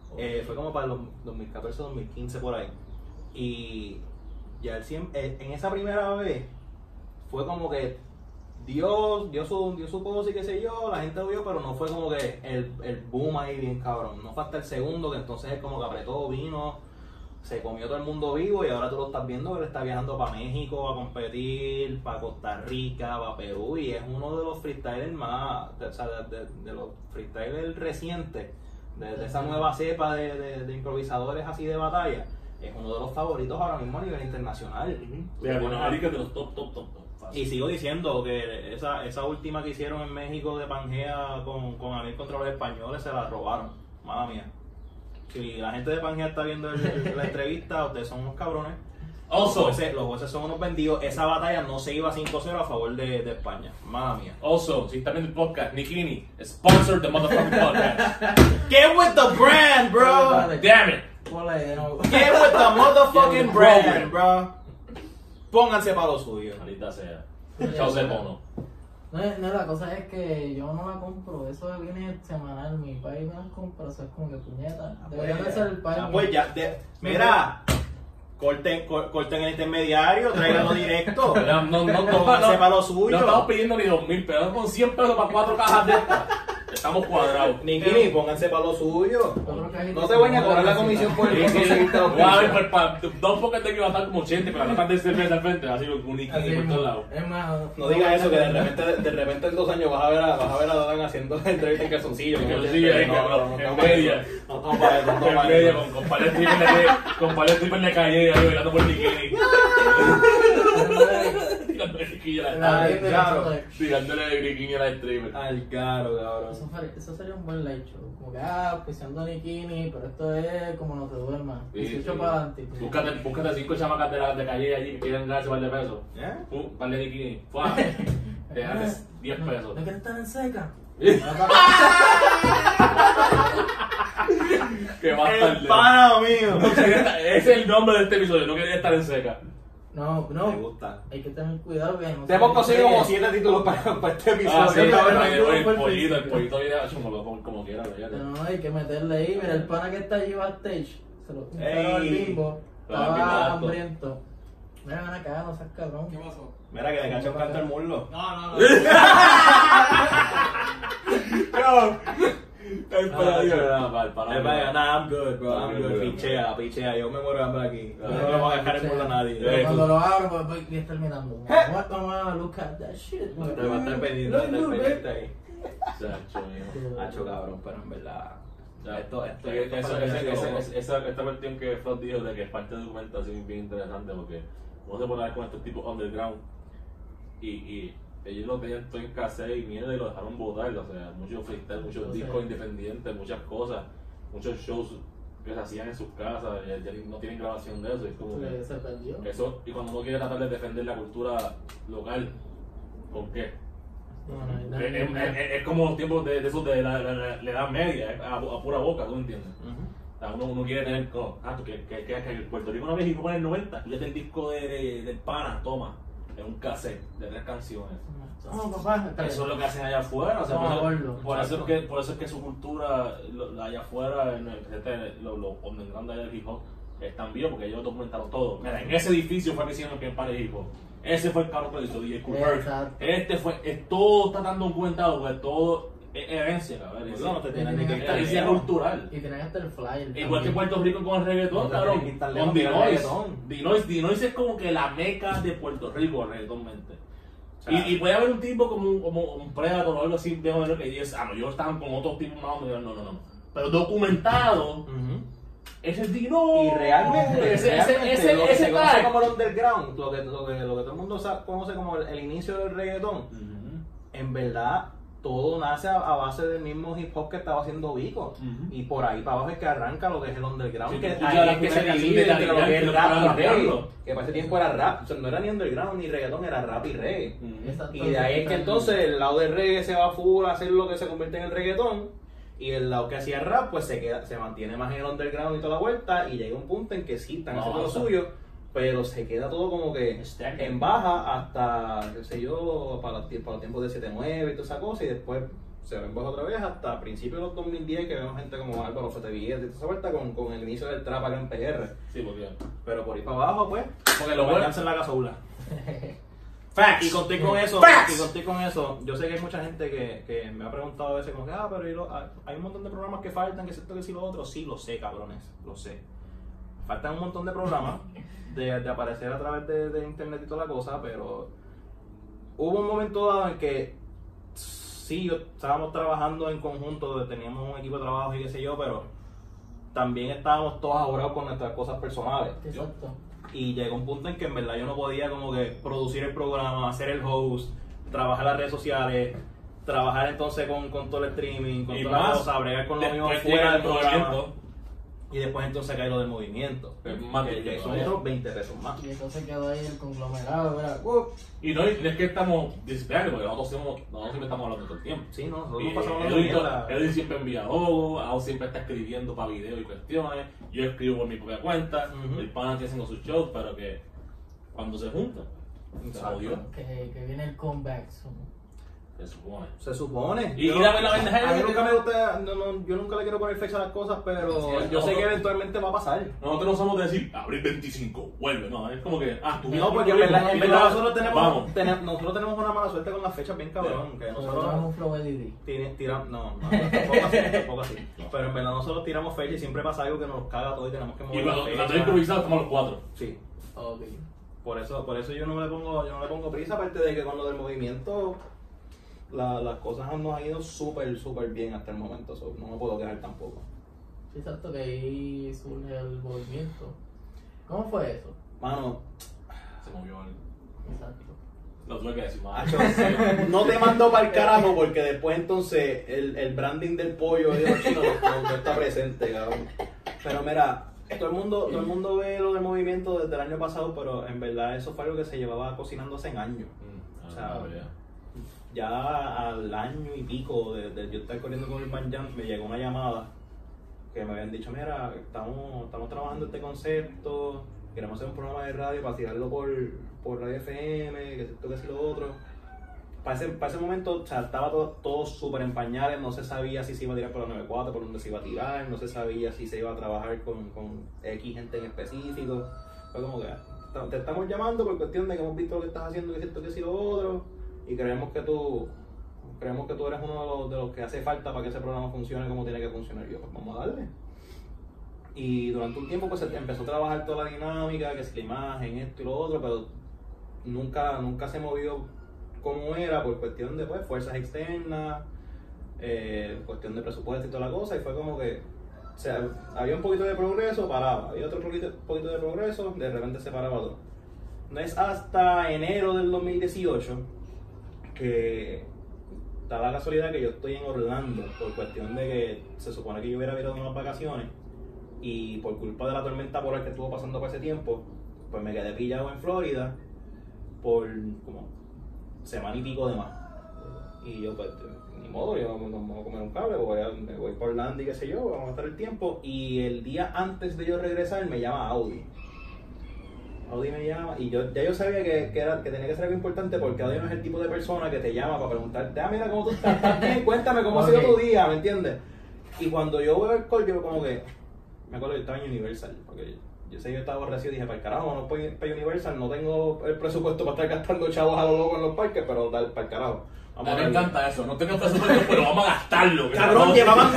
Fue como para los 2014, 2015 por ahí. Y ya en esa primera vez fue como que dio su cosa y qué sé yo, la gente lo vio, pero no fue como que el boom ahí bien cabrón. No fue hasta el segundo que entonces él como que apretó, vino, se comió todo el mundo vivo y ahora tú lo estás viendo que él está viajando para México a competir, para Costa Rica, para Perú y es uno de los freestylers más, o sea, de los freestylers recientes, de esa nueva cepa de improvisadores así de batalla. Es uno de los favoritos ahora mismo a nivel internacional. De Latinoamérica de los top. Y sigo diciendo que esa última que hicieron en México de Pangea con Amir contra los españoles se la robaron. Mala mía. Si la gente de Pangea está viendo la entrevista, ustedes son unos cabrones. Also, Los jueces son unos vendidos. Esa batalla no se iba 5-0 a favor de España. Mala mía. si están en el podcast, Nikini, sponsor the motherfucking podcast. Get with the brand, bro. Damn it. Get with the motherfucking brand, bro. Pónganse para lo suyo. Maldita sea. Chao, mono. No, la cosa es que yo no la compro, eso viene semanal, mi país me las compra, eso es como que puñeta. Debería de ser el país. Pues ya, mira, corten el intermediario, tráiganlo directo. Pónganse para lo suyo. No estamos pidiendo ni 2,000 pesos, con 100 pesos para 4 cajas de estas. Estamos cuadrados. Nikini, pónganse para lo suyo. No te vayan a cobrar la comisión por el conseguirte los Voy a ver, para 2 pockets de que va a estar como 80, pero la nota de cerveza al frente, así con un Nikini por todos lados. No digas eso, que de repente en 2 años vas a ver a Dan haciendo entrevistas en calzoncillo. En media. No, para eso, En media, con Palio Stripper le calle ahí bailando por Nikini. Tirándole de Nikini a la streamer. Al caro, cabrón. Eso sería un buen live show. Como que, pisando Nikini, pero esto es como no te duermas. 18 para adelante. Búscate 5 chamacas de calle allí que quieren ganarse un par de pesos. Par de Nikini. Te das 10 pesos. ¿No quieres estar en seca? Que más El tarde. pana mío. Ese es el nombre de este episodio. No quería estar en seca. No, Me gusta. hay que tener cuidado que no Te hemos conseguido como 7 títulos para este episodio. Sí, el fue pollito viene como quiera. No, hay que meterle ahí. Mira, el pana que está allí backstage, se lo Ey. al bimbo, Estaba estaba alto. hambriento. Mira, ven acá, no seas cabrón. ¿Qué pasó? Mira que le caché un canto al muslo. No. Nah, I'm good, bro. I'm good. Pichea. Yo me muero de hambre aquí. No le voy a dejar el muslo a nadie. Pero cuando lo abro, pues voy a estar mirando. What look at that shit. Te va a estar pendiente ahí. Chacho, Hacho, cabrón, pero en verdad. Esta cuestión que Floyd dijo de que es parte de documentación es bien interesante porque uno se pone a ver con estos tipos underground y ellos lo tenían todo en cassette y mierda y lo dejaron botar, o sea, muchos freestyle, muchos discos independientes, muchas cosas, muchos shows que se hacían en sus casas, ya no tienen grabación de eso, es como que Se perdió. eso, y cuando uno quiere tratar de defender la cultura local, ¿con qué? Es como los tiempos de esos de la edad media, a pura boca, ¿tú me entiendes? O sea, uno quiere tener, que Puerto Rico no había hip hop en el 90, fíjate el disco del Pana, toma, es un cassette de 3 canciones. No, papá, Eso es lo que hacen allá afuera, o sea, por eso es que su cultura allá afuera, los underground allá del hip hop, están vivos porque ellos documentaron todo. Mira, en ese edificio fue que hicieron el Pana de hip hop. Ese fue el carro que hizo DJ Cool Herc. Todo está tan documentado porque todo es herencia, cabrón. No te tienen ni que Es herencia cultural. Y tienen hasta el flyer. Igual que Puerto Rico con el reggaetón, No te cabrón. tienen que estar Con lejos del reggaetón. Dinois es como que la meca de Puerto Rico, el reggaetón mente. O sea, Y puede haber un tipo como un Predator o algo así, que dice, yo estaban con otros tipos más, no. Pero documentado, ese es Dinois. Y realmente, ese lo que se conoce tag. como el underground, lo que todo el mundo conoce como el inicio del reggaetón, en verdad todo nace a base del mismo hip hop que estaba haciendo Vico. Y por ahí para abajo es que arranca lo que es el underground, Sí, que tú ahí escuchas es que se la divide canción de entre lo que Daddy es Yankee, rap y lo que reggae, estaba que para ese tiempo era rap, o sea, no era ni underground ni reggaetón, era rap y reggae. Exacto. Y de ahí es que entonces el lado del reggae se va full a hacer lo que se convierte en el reggaetón. Y el lado que hacía rap, pues se mantiene más en el underground y toda la vuelta. Y llega un punto en que sí, están haciendo lo suyo, pero se queda todo como que en baja hasta, qué sé yo, para los tiempos de 7-9 y toda esa cosa. Y después se ven otra vez hasta principios de los 2010 que vemos gente como Álvaro Fetevilla y toda esa vuelta con el inicio del trap acá en PR. Sí, porque. Pero por ahí para abajo, pues, Porque lo bañarse bueno. en la gasoula. Facts. Y contigo con eso, Facts. y contigo con eso, yo sé que hay mucha gente que me ha preguntado a veces como que, pero hay un montón de programas que faltan, que esto, que si lo otro. Sí, lo sé, cabrones, lo sé. Faltan un montón de programas de aparecer a través de internet y toda la cosa, pero hubo un momento dado en que sí, estábamos trabajando en conjunto, teníamos un equipo de trabajo y qué sé yo, pero también estábamos todos ahorrados con nuestras cosas personales. Exacto. Y llegó un punto en que en verdad yo no podía como que producir el programa, hacer el host, trabajar las redes sociales, trabajar entonces con todo el streaming, con Y toda la más, cosa, bregar con lo mismo después fuera llega del el programa. movimiento. Y después entonces cae lo del movimiento. Es más que difícil son todavía. otros 20 pesos más. Y entonces quedó ahí el conglomerado, ¿verdad? Y no es que estamos disciplinados, porque nosotros siempre estamos hablando todo el tiempo. Sí, no, nosotros Y pasamos la Edwin mierda. siempre envía logos, Ao siempre está escribiendo para videos y cuestiones, yo escribo por mi propia cuenta, Ujú. el pana está haciendo sus shows, pero que cuando se juntan, se Exacto. jodió, Que viene el comeback. se supone. Se supone. Y Yo- la verdad a mí nunca me gusta, yo nunca le quiero poner fecha a las cosas, pero Sí, yo sé nosotros- que eventualmente va a pasar. Nosotros no somos de decir, abril 25, vuelve, no, es como que, tú No, porque en verdad nosotros tenemos una mala suerte con las fechas bien cabrón. Que Nosotros nosotros tenemos un flow Eddie. tiramos, tampoco así. Pero en verdad nosotros tiramos fecha y siempre pasa algo que nos caga todo y tenemos que Y mover cuando la la fecha. tengo improvisado estamos los cuatro. Sí. Ok. Por eso yo no le pongo prisa, aparte de que con lo del movimiento las cosas nos han ido súper bien hasta el momento, no me puedo quejar tampoco. Sí, exacto, que ahí surge el movimiento. ¿Cómo fue eso? Mano, Se movió algo. Exacto. Lo tuve que decir, más. Acho, no te mando para el carajo porque después entonces el branding del pollo de los chinos no está presente, cabrón. Pero mira, todo el mundo ve lo del movimiento desde el año pasado, pero en verdad eso fue algo que se llevaba cocinando hace años. O sea, ya al año y pico de yo estar corriendo con el Van Jam, me llegó una llamada que me habían dicho, mira, estamos trabajando este concepto, queremos hacer un programa de radio para tirarlo por Radio FM, que esto, que si lo otro. Para ese momento, o sea, estaba todo súper en pañales, no se sabía si se iba a tirar por la 94, por dónde se iba a tirar, no se sabía si se iba a trabajar con X gente en específico. Fue como que te estamos llamando por cuestión de que hemos visto lo que estás haciendo, que esto, que si lo otro, y creemos que tú eres uno de los que hace falta para que ese programa funcione como tiene que funcionar. Yo, pues vamos a darle. Y durante un tiempo pues se empezó a trabajar toda la dinámica, que es la imagen, esto y lo otro, pero nunca se movió como era por cuestión de pues, fuerzas externas, cuestión de presupuesto y toda la cosa, y fue como que o sea, había un poquito de progreso, paraba, había otro poquito de progreso, de repente se paraba todo. No es hasta enero del 2018 que da la casualidad que yo estoy en Orlando por cuestión de que se supone que yo hubiera virado unas vacaciones y por culpa de la tormenta polar que estuvo pasando por ese tiempo, pues me quedé pillado en Florida por como semana y pico de más. Y yo pues ni modo, yo vamos a comer un cable, me voy por Orlando y qué sé yo, vamos a estar el tiempo. Y el día antes de yo regresar me llama Audi me llama y ya yo sabía que tenía que ser algo importante porque Audi no es el tipo de persona que te llama para preguntarte, mira cómo tú estás, ¿estás bien? Cuéntame cómo ha sido tu día, ¿me entiendes? Y cuando yo veo el call, yo como que, me acuerdo que estaba en Universal, porque yo sé que yo estaba aborrecido y dije, para el carajo, no voy para Universal, no tengo el presupuesto para estar gastando chavos a lo loco en los parques, pero para el carajo. A mí me encanta eso, no tengo presupuesto, pero vamos a gastarlo. Cabrón, llevaban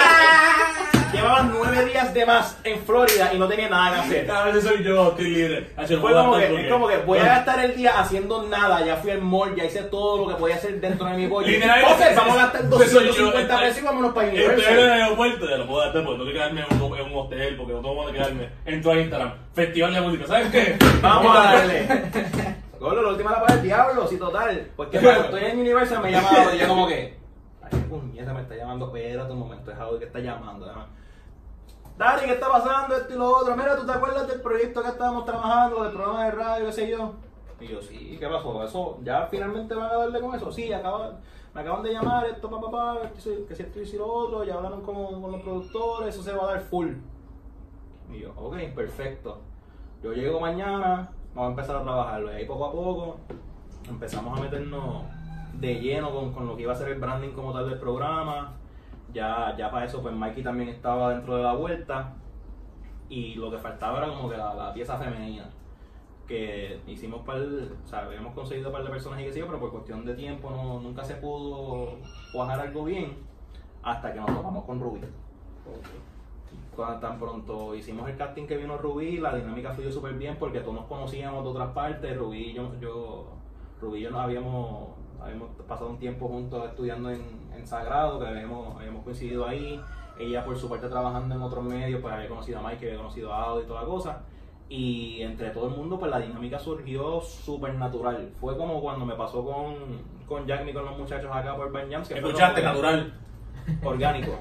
9 días de más en Florida y no tenía nada que hacer. Cada vez soy yo, estoy libre. Fue como que, es como que voy a gastar el día haciendo nada, ya fui al mall, ya hice todo lo que podía hacer dentro de mi bollo. Literalmente, Ok, vamos a gastar soy yo, 250 pesos y vámonos para Estoy en Universal. el aeropuerto, ya lo puedo gastar porque tengo que quedarme en un hotel, porque no tengo que quedarme. Entro a Instagram, Festival de Música, ¿sabes qué? Vamos a darle. Gordo, la última la paga el diablo, sí, total. Porque cuando estoy en Universal me llama y yo como que, ay, puñeta, me está llamando, espérate un momento, es algo que está llamando, además. Dari, ¿qué está pasando? Esto y lo otro. Mira, ¿tú te acuerdas del proyecto que estábamos trabajando, del programa de radio, qué sé yo? Y yo, sí, ¿qué pasó? ¿Eso ya finalmente van a darle con eso? Sí, me acaban de llamar, esto, que si esto y si lo otro, ya hablaron con los productores, eso se va a dar full. Y yo, ok, perfecto. Yo llego mañana, vamos a empezar a trabajarlo. Y ahí poco a poco empezamos a meternos de lleno con lo que iba a ser el branding como tal del programa. Ya para eso pues Mikey también estaba dentro de la vuelta y lo que faltaba era como que la pieza femenina, que hicimos habíamos conseguido un par de personas y que sí, pero por cuestión de tiempo nunca se pudo cuajar algo bien hasta que nos topamos con Rubí. Cuando tan pronto hicimos el casting que vino Rubí, la dinámica fluyó súper bien porque todos nos conocíamos de otras partes. Rubí y yo nos habíamos pasado un tiempo juntos estudiando en Sagrado, que habíamos coincidido ahí. Ella por su parte trabajando en otros medios, pues había conocido a Mike, había conocido a Audio y toda la cosa. Y entre todo el mundo, pues la dinámica surgió súper natural. Fue como cuando me pasó con Jack y con los muchachos acá por Ben Jams. Escuchaste, natural. Orgánico.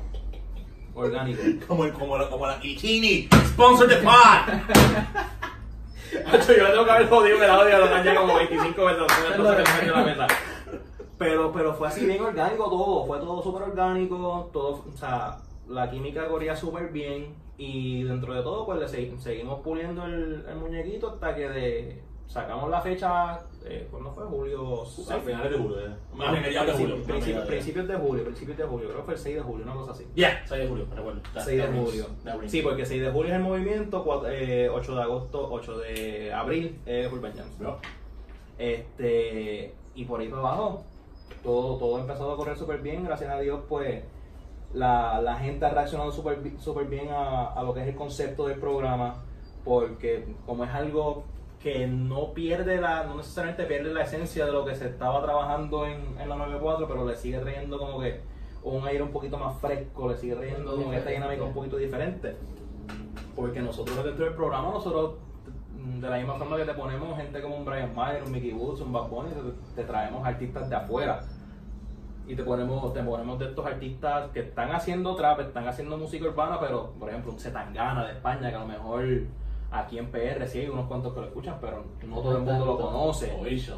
Como la Ichini, sponsor the pod. Yo le tengo que haber jodido el audio, lo han llegado como 25 veces en la mesa. Pero fue así bien orgánico todo, fue todo súper orgánico, todo, o sea, la química corría súper bien y dentro de todo pues le seguimos puliendo el muñequito hasta que sacamos la fecha, ¿cuándo fue? Julio 6. A finales de julio, más mediados de julio. Principios de julio, creo que fue el 6 de julio, una cosa así. 6 de julio, recuerdo. 6 de julio. Sí, porque 6 de julio es el movimiento, 8 de abril es Urban Jams. Y por ahí para abajo, todo ha empezado a correr súper bien, gracias a Dios, pues la gente ha reaccionado súper bien a lo que es el concepto del programa, porque como es algo que no necesariamente pierde la esencia de lo que se estaba trabajando en la 94, pero le sigue trayendo como que un aire un poquito más fresco, le sigue trayendo como esta dinámica un poquito diferente, porque nosotros dentro del programa, de la misma forma que te ponemos gente como un Brian Mayer, un Mickey Woods, un Bad Bunny, te traemos artistas de afuera y te ponemos de estos artistas que están haciendo trap, están haciendo música urbana, pero por ejemplo un Zetangana de España, que a lo mejor aquí en PR sí hay unos cuantos que lo escuchan, pero no todo el mundo lo conoce.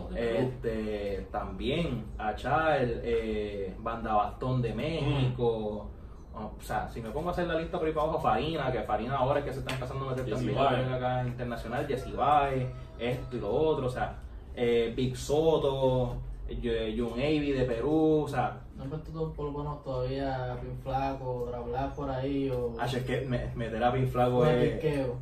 También Achal, Banda Bastón de México. O sea, si me pongo a hacer la lista por ahí para abajo, Farina, que Farina ahora es que se está empezando a meter también acá internacional, Jesse Baez, esto y lo otro, o sea, Big Soto, Jun Avi de Perú, o sea. ¿No has puesto por lo menos todavía Pin Flaco, Drablack por ahí? Es que meter a Pin Flaco es.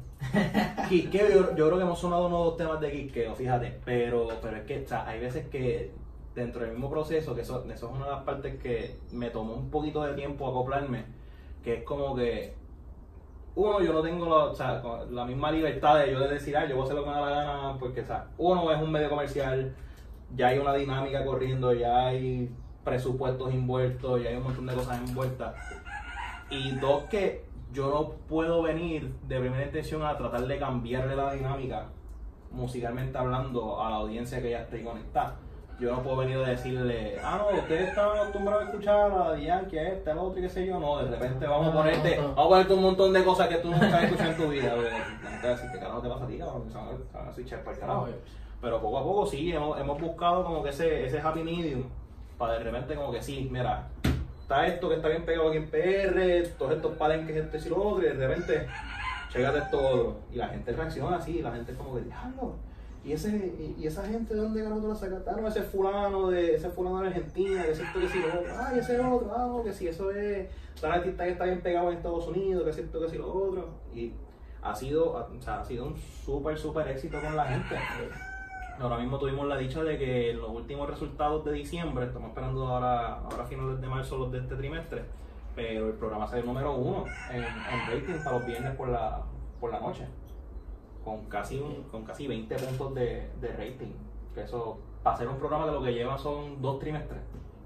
Quisqueo. Yo creo que hemos sonado unos 2 temas de Quisqueo, fíjate, pero es que, o sea, hay veces que dentro del mismo proceso, que eso es una de las partes que me tomó un poquito de tiempo acoplarme, que es como que yo no tengo la misma libertad de yo de decir, yo voy a hacer lo que me da la gana, porque, o sea, uno es un medio comercial, ya hay una dinámica corriendo, ya hay presupuestos envueltos, ya hay un montón de cosas envueltas, y 2, que yo no puedo venir de primera intención a tratar de cambiarle la dinámica musicalmente hablando a la audiencia que ya esté conectada. Yo no puedo venir a decirle, no, ustedes están acostumbrados a escuchar a Yankee, a el otro y qué sé yo, no, de repente vamos a ponerte un montón de cosas que tú nunca has escuchado en tu vida. La gente va a decir, ¿qué carajo te pasa a ti, cabrón? Se van a switchar para el carajo. Pero poco a poco sí, hemos buscado como que ese happy medium, para de repente como que sí, mira, está esto que está bien pegado aquí en PR, todos estos palenques, esto y lo otro, y de repente, chécate esto otro. Y la gente reacciona así, la gente es como que, diablo. ¿Y esa gente de dónde carajo la sacaron? Ese fulano de Argentina, que es esto, que si lo otro, y ese otro, que si eso es tal artista que está bien pegado en Estados Unidos, que es esto, que si lo otro. Y ha sido un súper éxito con la gente. Ahora mismo tuvimos la dicha de que en los últimos resultados de diciembre, estamos esperando ahora a finales de marzo los de este trimestre, pero el programa salió número 1 en rating para los viernes por la noche. Con casi 20 puntos de rating, que eso, para hacer un programa que lo que lleva son 2 trimestres,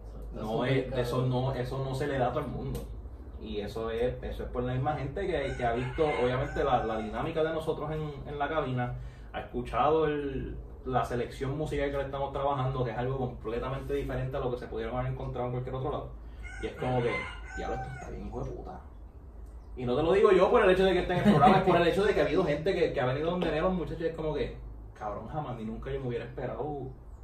eso no se le da a todo el mundo, y eso es por la misma gente que ha visto obviamente la dinámica de nosotros en la cabina, ha escuchado la selección musical que le estamos trabajando, que es algo completamente diferente a lo que se pudiera haber encontrado en cualquier otro lado, y es como que, diablo, esto está bien, hijo de puta. Y no te lo digo yo por el hecho de que esté en el programa, es por el hecho de que ha habido gente que ha venido donde los muchachos, y es como que, cabrón, jamás ni nunca yo me hubiera esperado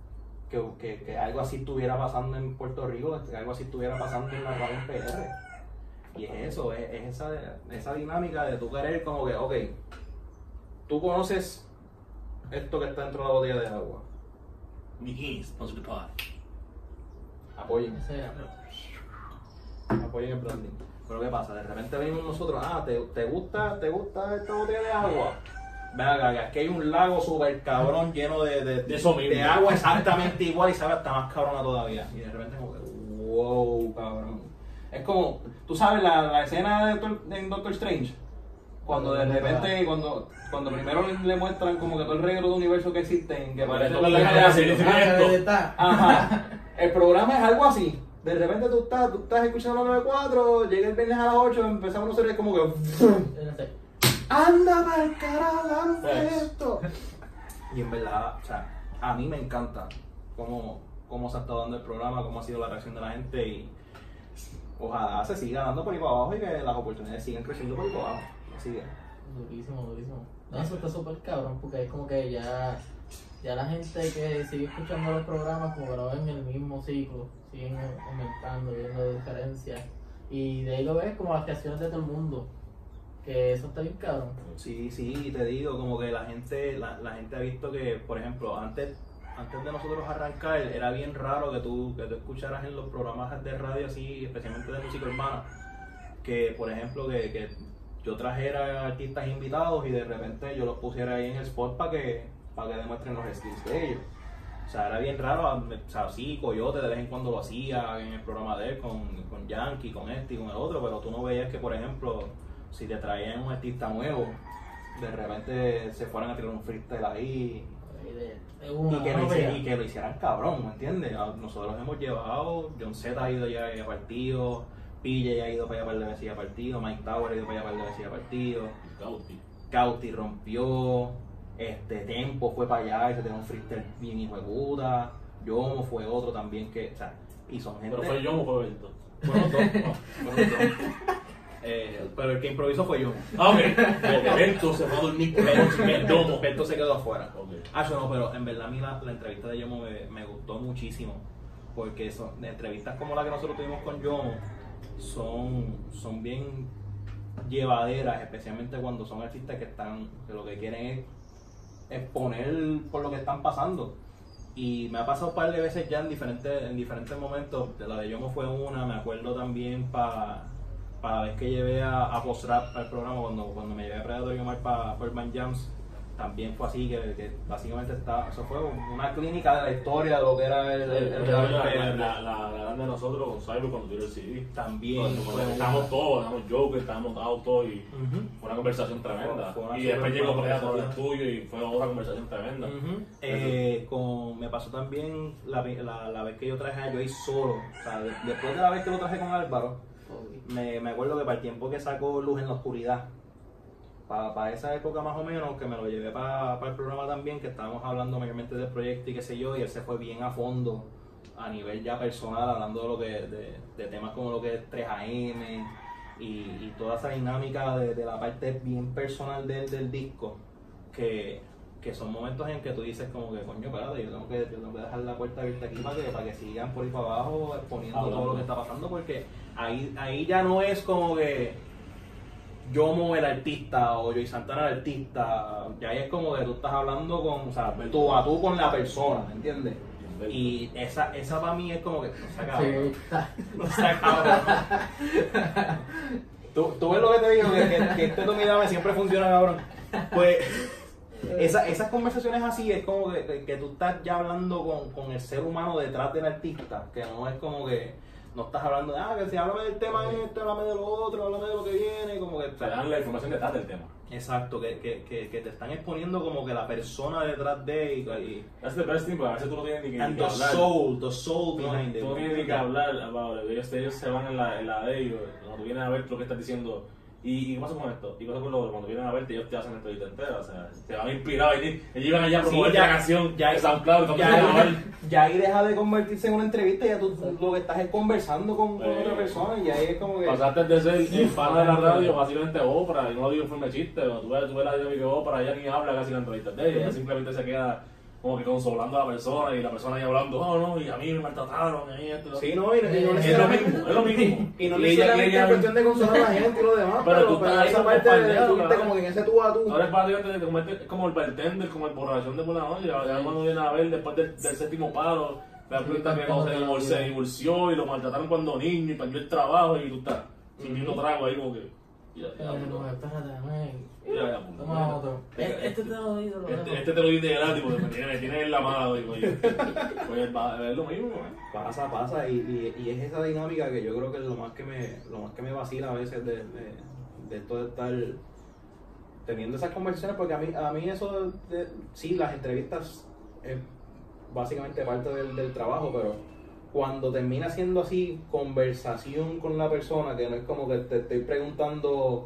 que algo así estuviera pasando en Puerto Rico, que algo así estuviera pasando en la radio en PR. Y es eso, es esa dinámica de tú querer como que, ok, tú conoces esto que está dentro de la botella de agua. Bikini, sponsor the pod. Apoyen. Ese, Apoyen el branding. Pero ¿qué pasa? De repente venimos nosotros, ¿te gusta esta botella de agua? Ven acá, que aquí hay un lago súper cabrón lleno de eso mismo. de agua exactamente igual y sabe hasta más cabrona todavía. Y de repente como que, wow, cabrón. Es como, tú sabes la escena de Doctor Strange, cuando de repente, cuando primero le muestran como que todo el reguero de universo que existen, que parece la caja de esto. Ajá. El programa es algo así. De repente tú estás escuchando la 94, llega el viernes a las 8, empezamos a hacer como que no sé. ¡anda pa'l carajo, dame esto! Y en verdad, o sea, a mí me encanta cómo se ha estado dando el programa, cómo ha sido la reacción de la gente y ojalá se siga dando por ahí para abajo y que las oportunidades sigan creciendo por ahí para abajo. Así que. Durísimo, durísimo. No, eso está súper cabrón porque es como que ya la gente que sigue escuchando los programas como que no ven el mismo ciclo, siguen aumentando, viendo diferencias. Y de ahí lo ves como las reacciones de todo el mundo. Que eso está bien cabrón. Sí, te digo, como que la gente ha visto que, por ejemplo, antes de nosotros arrancar, era bien raro que tú escucharas en los programas de radio así, especialmente de música urbana, que por ejemplo que yo trajera artistas invitados y de repente yo los pusiera ahí en el spot para que demuestren los skills de ellos. O sea, era bien raro, o sea, sí, Coyote de vez en cuando lo hacía en el programa de él, con Yankee, con este y con el otro, pero tú no veías que, por ejemplo, si te traían un artista nuevo, de repente se fueran a tirar un freestyle ahí y que lo hicieran cabrón, ¿me entiendes? Nosotros hemos llevado, John Z ha ido ya a partido, PJ ha ido para allá para el veces a partido, Mike Tower ha ido para allá para el veces a partido, Cauti rompió, Tempo fue para allá y se tiró un freestyle bien hijo de puta, Yomo fue otro también que, o sea, y son gente... ¿Pero fue Yomo o fue Berto? Fueron dos. Pero el que improvisó fue yo. Ah, ok. Berto se fue a dormir con la noche. Berto se quedó afuera. Okay. No, pero en verdad a mí la entrevista de Yomo me gustó muchísimo. Porque son entrevistas como la que nosotros tuvimos con Yomo son bien llevaderas, especialmente cuando son artistas que lo que quieren es exponer por lo que están pasando. Y me ha pasado un par de veces ya en diferentes momentos. La de Yomo fue una, me acuerdo también para la vez que llevé a Post-Rap al programa, cuando me llevé a Predatory Omar para Urban Jams, también fue así, que básicamente eso fue una clínica de la historia de lo que era la grande de nosotros con Cyber cuando tiró el CD. También. Estábamos todos, estábamos Joker, estábamos autos y fue una conversación tremenda. Y después llegó Predator el tuyo y fue otra conversación tremenda. Me pasó también la vez que yo traje a Joey solo, o sea, después de la vez que lo traje con Álvaro, me acuerdo que para el tiempo que sacó Luz en la Oscuridad, para esa época más o menos, que me lo llevé para el programa también, que estábamos hablando mayormente del proyecto y qué sé yo, y él se fue bien a fondo a nivel ya personal, hablando de temas como lo que es 3AM y toda esa dinámica de la parte bien personal del disco, que son momentos en que tú dices como que, coño, espérate, yo tengo que dejar la puerta abierta aquí para que sigan por ahí para abajo exponiendo todo lo que está pasando, porque ahí ya no es como que Yomo el artista o Joey Santana el artista, ya ahí es como que tú estás hablando o sea, tú a tú con la persona, ¿me entiendes? Y esa para mí es como que no se acaba. ¿Tú ves lo que te digo? Que este Tomidame siempre funciona, cabrón. Pues esas conversaciones así es como que tú estás ya hablando con el ser humano detrás del artista, que no es como que no estás hablando de, que si háblame del tema háblame de lo otro, háblame de lo que viene, como que... Te dan la información detrás del tema. Exacto, que te están exponiendo como que la persona detrás de y That's the best thing, porque a veces tú no tienes ni que hablar. The soul behind it. Tú no tienes ni que hablar, ellos se van en la de ellos, cuando tú vienes a ver lo que estás diciendo. ¿Y qué pasa con esto? ¿Y qué pasa con lo cuando vienen a verte ellos te hacen la entrevista entera? O sea, te van inspirados y ellos iban allá a promover la canción de SoundCloud. Ya ahí deja de convertirse en una entrevista, ya tú lo que estás es conversando con otra persona y ahí es como que... Pasaste de ser el fan de la radio, básicamente Oprah, y no lo digo en forma de chiste, tú ves la dinámica de Oprah, ella ni habla casi en la entrevista de ella, ella simplemente se queda como que consolando a la persona y la persona ahí hablando, no, y a mí me maltrataron, y esto. Sí, no, y no es lo mismo. Y no necesariamente es cuestión de consolar a la gente y lo demás, pero tú estás esa parte estuviste como que en ese tú a tú. Ahora es básicamente te como el bartender, como el borrachón de buena noche, ya cuando viene a ver después del séptimo palo, Te das cuenta que no se divorció y lo maltrataron cuando niño y perdió el trabajo y tú estás sintiendo trago ahí como que. Espérate, man. Ya, Toma otro. Este te lo digo, lo dejo. Este te lo dice gratis porque me tiene en la mano. Digo, oye, pues es lo mismo, Pasa, y es esa dinámica que yo creo que es lo más que me vacila a veces de esto de estar teniendo esas conversaciones, porque a mí eso sí, las entrevistas es básicamente parte del trabajo, pero cuando termina siendo así conversación con la persona, que no es como que te estoy preguntando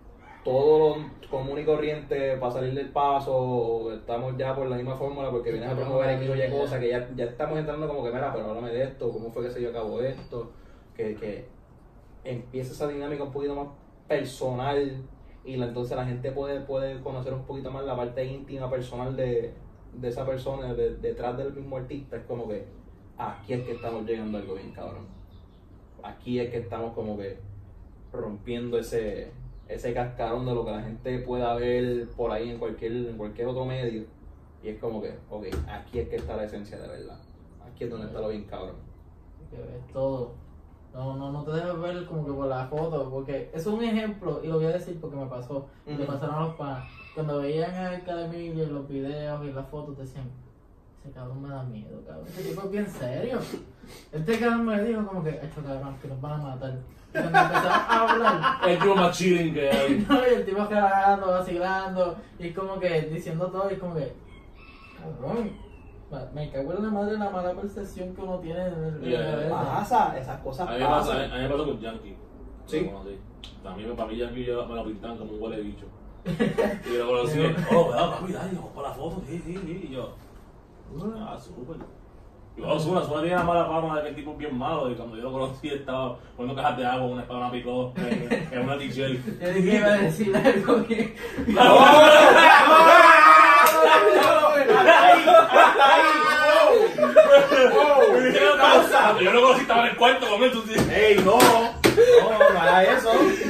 todo lo común y corriente para salir del paso, o estamos ya por la misma fórmula porque vienes a promover X o Y cosas, que ya estamos entrando como que, mira, pero háblame de esto, cómo fue que se llevó a cabo esto, que empieza esa dinámica un poquito más personal y entonces la gente puede conocer un poquito más la parte íntima, personal de esa persona detrás del mismo artista. Es como que aquí es que estamos llegando a algo bien cabrón. Aquí es que estamos como que rompiendo ese cascarón de lo que la gente pueda ver por ahí en cualquier otro medio. Y es como que, ok, aquí es que está la esencia de verdad. Aquí es donde está lo bien cabrón. Que ves todo. No te dejes ver como que por la foto, porque eso es un ejemplo, y lo voy a decir porque me pasó, me pasaron a los panas. Cuando veían a Academia en los videos y las fotos, decían, ese cabrón me da miedo, cabrón. Este tipo es bien serio. Este cabrón me dijo como que, hecho cabrón, que nos van a matar. Y cuando empezaron a hablar, el tipo más chilling que hay. no, y el tipo relajando, vacilando, y como que diciendo todo, y como que, cabrón. Me cago en la madre la mala percepción que uno tiene de la cabeza. Pasa, esas cosas A mí me pasó con Yankee. Sí. También para mí Yankee me lo pintaban como un huele bicho. Y lo conocí, papi, dale, vamos para la foto, sí. Y yo, súper. Y Ozuna tiene la mala fama de que el tipo es bien malo. Y cuando yo lo conocí, estaba poniendo cajas de agua con una espada picó en una t-shirt. Yo dije que iba a decir algo que. Yo lo conocí, estaba en el cuarto con él. ¡Ey, no hagas eso!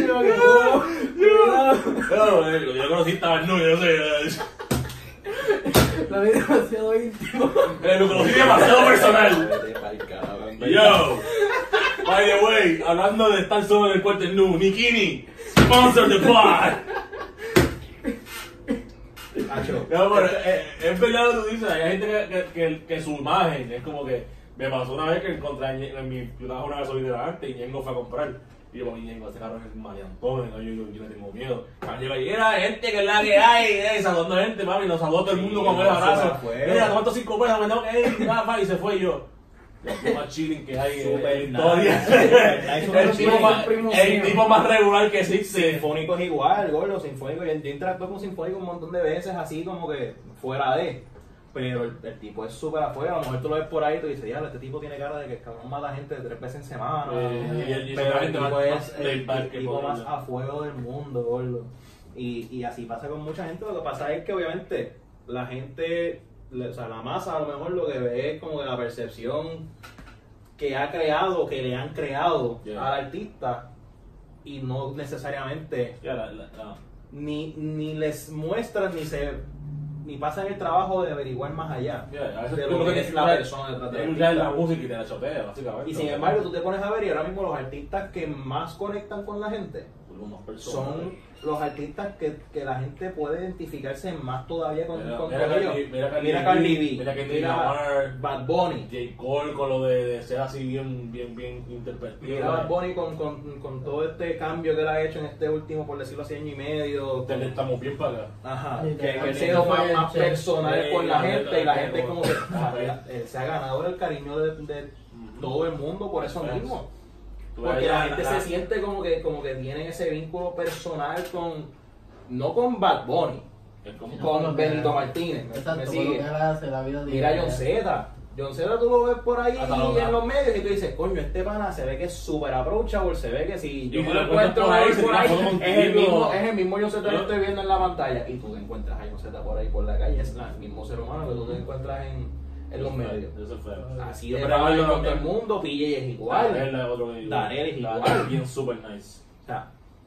Yo lo conocí, estaba en nube, no sé. Lo vi demasiado íntimo. Lo conocí demasiado personal. Yo, by the way, hablando de estar solo en el cuarto en nu, Nikini, sponsor the pod. No, pero es verdad lo que tú dices, hay gente que su imagen es como que me pasó una vez que encontré yo estaba una gasolinera antes y Ñengo fue a comprar. Y yo, Ñengo, ese carro es Mariantón, yo le tengo miedo. Cuando yo era gente que es la que hay, saludando a gente, mami, nos saludó todo el mundo con el abrazo. Mira, tomando 5 pesos, me tengo que ir, y se fue y yo. El más chilling que hay en la historia. El tipo más regular que existe. Sinfónico es igual, gordo, Sinfónico. Yo interactúo con Sinfónico un montón de veces, así como que fuera de. Pero el tipo es súper afuera. A lo mejor tú lo ves por ahí y tú dices, ya, este tipo tiene cara de que el cabrón mata gente 3 veces en semana. Pero el tipo es el tipo más a fuego del mundo, gordo. Y así pasa con mucha gente. Lo que pasa es que obviamente la gente, o sea, la masa a lo mejor lo que ve es como que la percepción que ha creado, que le han creado al artista, y no necesariamente ni les muestran ni pasan el trabajo de averiguar más allá de lo que es la persona detrás de la música y te la chotea, básicamente. Y sin embargo, tú te pones a ver y ahora mismo los artistas que más conectan con la gente son los artistas que la gente puede identificarse más todavía con ellos. Mira Cardi B, mira Bad Bunny, J. Cole con lo de ser así bien interpretativo. Mira Bad Bunny con todo este cambio que él ha hecho en este último, por decirlo así, año y medio. Estamos bien para acá. Ajá, que ha sido más personal con la gente, y la gente es como que se ha ganado el cariño de todo el mundo por eso mismo. Porque la gente se siente como que tienen ese vínculo personal no con Bad Bunny, con Benito Martínez. Exacto, con lo que él hace, la vida diaria. Mira John Zeta tú lo ves por ahí en los medios y tú dices, coño, este pana se ve que es súper approachable, se ve que si yo me lo encuentro por ahí, es el mismo John Zeta que estoy viendo en la pantalla, y tú te encuentras a John Zeta por ahí por la calle, es el mismo ser humano que tú te encuentras en los medios. Eso es feo. Así de bravo con todo el mundo, PJ es igual, Darel es igual. Bien super nice. O sea,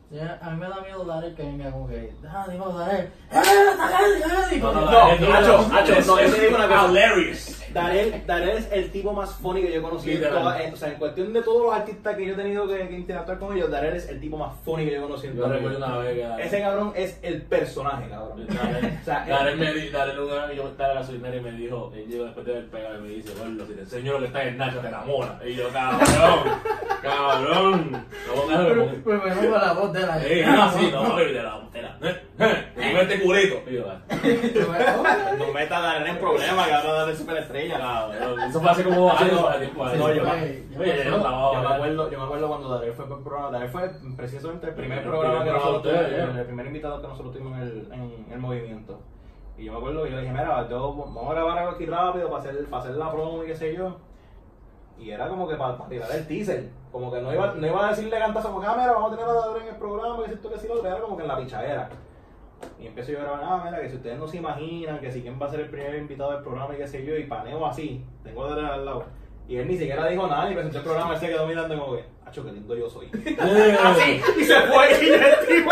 A mí me da miedo Darel que venga como que, digo Darel, ¡Darel! No, yo te digo una cosa. Hilarious. Darel es el tipo más funny que yo he conocido. O sea, en cuestión de todos los artistas que yo he tenido que interactuar con ellos, Darel es el tipo más funny que yo he conocido. Yo recuerdo una vez que Ese cabrón es el personaje, cabrón. Darel una vez yo estaba en la gasolinera y me dijo, él llegó después de haber pegado y me dice, bueno, si te enseño lo que está en Nacho te enamora. Y yo, cabrón. Pues me pongo la voz de la Sí, no, de la este culito. Y yo, no meta a Darel en problemas, que ahora Darel es superestrella. cabrón, eso fue hace como 2 años, hace tiempo. No, yo me me acuerdo cuando Darel fue por el programa. Darel fue precisamente el primer programa que nosotros tuvimos, el primer invitado que nosotros tuvimos en el movimiento. Y yo me acuerdo que yo le dije, mira, vamos a grabar algo aquí rápido para hacer la promo y qué sé yo. Y era como que para tirar el teaser. Como que no iba a decirle cantazo como cámara, vamos a tener a Darel en el programa, que si esto, que si lo otro. Era como que en la pichadera. Y empiezo yo a grabar, mira, que si ustedes no se imaginan que si quién va a ser el primer invitado del programa y qué sé yo, y paneo así, tengo a Darel al lado. Y él ni siquiera dijo nada, ni presentó el programa, él se quedó mirando como que, acho, qué lindo yo soy. Así, y se fue, y el tipo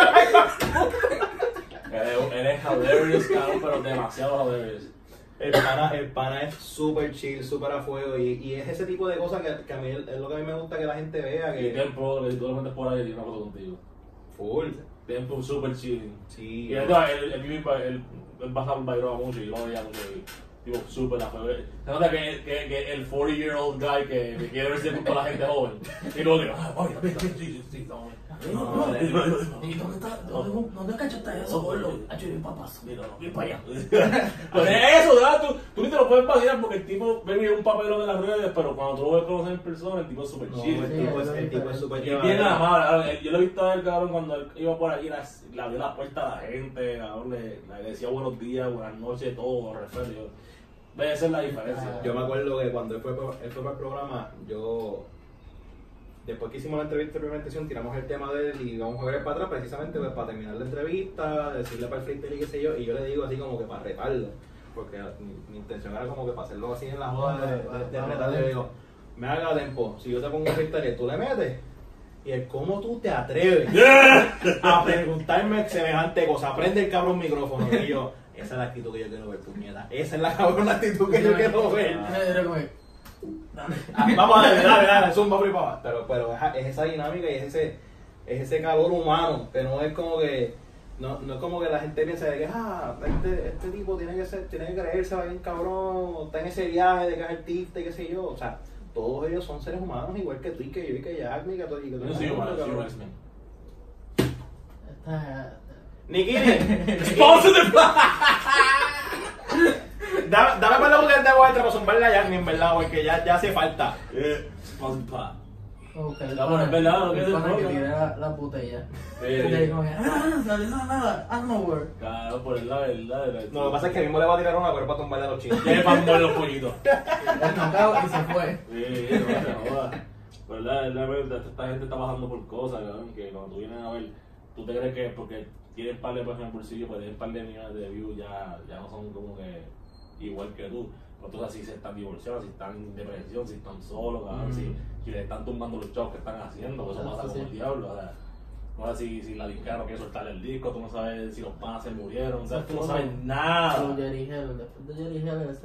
eres hilarious, cabrón, pero demasiado hilarious. El pana es súper chill, súper a fuego, y es ese tipo de cosas que a mí es lo que a mí me gusta que la gente vea. Y Que tiempo, le tú lo metes por ahí y tiene una foto contigo. full. Tiempo super chilling. Sí. Y él bastante bailaba mucho y yo lo veía mucho. Tipo, súper a fuego. Se nota que el 40-year-old guy que quiere verse con toda la gente joven. Y luego digo, sí, ¿Dónde cachaste eso, gordo? Hacho, mi papá, mira, ven para allá. Pues eso, ¿verdad? Tú ni te lo puedes imaginar porque el tipo ve un papelón en las redes, pero cuando tú lo ves conocer en persona, el tipo es súper chill. El tipo es súper Y chill. bien amable. Yo lo he visto a él, cabrón, cuando él iba por ahí, le abrió la puerta a la gente, cabrón, le decía buenos días, buenas noches, todo, referido. Ve, esa es la diferencia. Yo me acuerdo que cuando él fue para el programa, después que hicimos la entrevista de primera intención, tiramos el tema de él y vamos a ver para atrás precisamente pues, para terminar la entrevista, decirle para el freestyle y qué sé yo, y yo le digo así como que para retarlo, porque mi intención era como que para hacerlo así en la joda de retarlo, y le digo, me haga tiempo, si yo te pongo un freestyle y tú le metes, y el cómo tú te atreves a preguntarme semejante cosa, prende el cabrón micrófono, y yo, esa es la actitud que yo quiero ver, puñeta, esa es la cabrona actitud que yo quiero ver. Vamos a dale, zumba por ahí para abajo. Pero es esa dinámica y es ese calor humano, que no es como que no es como que la gente piensa de que este tipo tiene que creerse, va bien cabrón, está en ese viaje de que es artista y qué sé yo. O sea, todos ellos son seres humanos igual que tú y que yo y que Jack y que tú. Yo soy humano, soy humano. Nikini, dame para la mujer de agua para zumbarle a Jack, en verdad, porque ya hace falta. Es verdad, lo que es que tiré la botella. Nada, nowhere. Claro, por la verdad. No, lo que pasa es que mismo le va a tirar una cuerpa para tumbarle a los chinos. Ya para tumbar los pollitos. El knockout y se fue. Sí, no se joda. Pero la verdad, esta gente está bajando por cosas, cabrón, que cuando tú vienes a ver, tú te crees que porque tienen par de pesos en el bolsillo, pues tienen par de millones de views, ya no son como que igual que tú. Entonces, si se están divorciados, si están en depresión, si están solos, cabrón, si le están tumbando los shows que están haciendo, eso pasa como el diablo. O sea, no sabes si la disquera no quiere soltar el disco, tú no sabes si los panas se murieron, o sea, tú no sabes nada. Jerry Heller, después de Jerry Heller,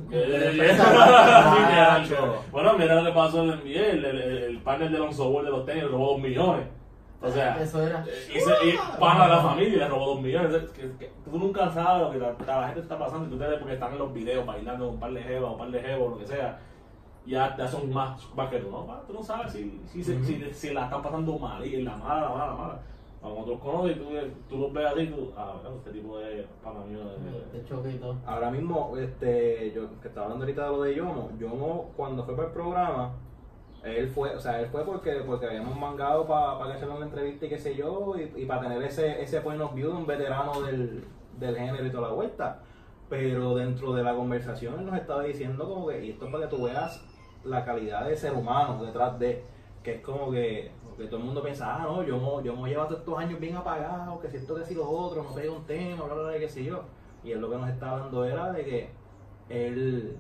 bueno, mira lo que pasó en el NBA, el partner de Alonso Ball de los tenis robó 2 millones. O sea, eso era. Y para la familia le robó 2 millones. Tú nunca sabes lo que la gente está pasando y tú te ves porque están en los videos bailando con un par de jevas o un par de jevos o lo que sea. Ya son más que tú, ¿no? Tú no sabes si la están pasando mal y la mala. Cuando tú los conoces y tú los ves así, este tipo de pana mío de choquito. Ahora mismo, yo que estaba hablando ahorita de lo de Yomo cuando fue para el programa, él fue porque habíamos mangado para que hacerle una entrevista y qué sé yo, y para tener ese point of view de un veterano del género y toda la vuelta. Pero dentro de la conversación él nos estaba diciendo como que, y esto es para que tú veas la calidad de ser humano detrás de, que es como que todo el mundo piensa, no, yo me llevo todos estos años bien apagado, que si esto, que si lo otro, no pega un tema, bla, qué sé yo. Y él lo que nos estaba hablando era de que él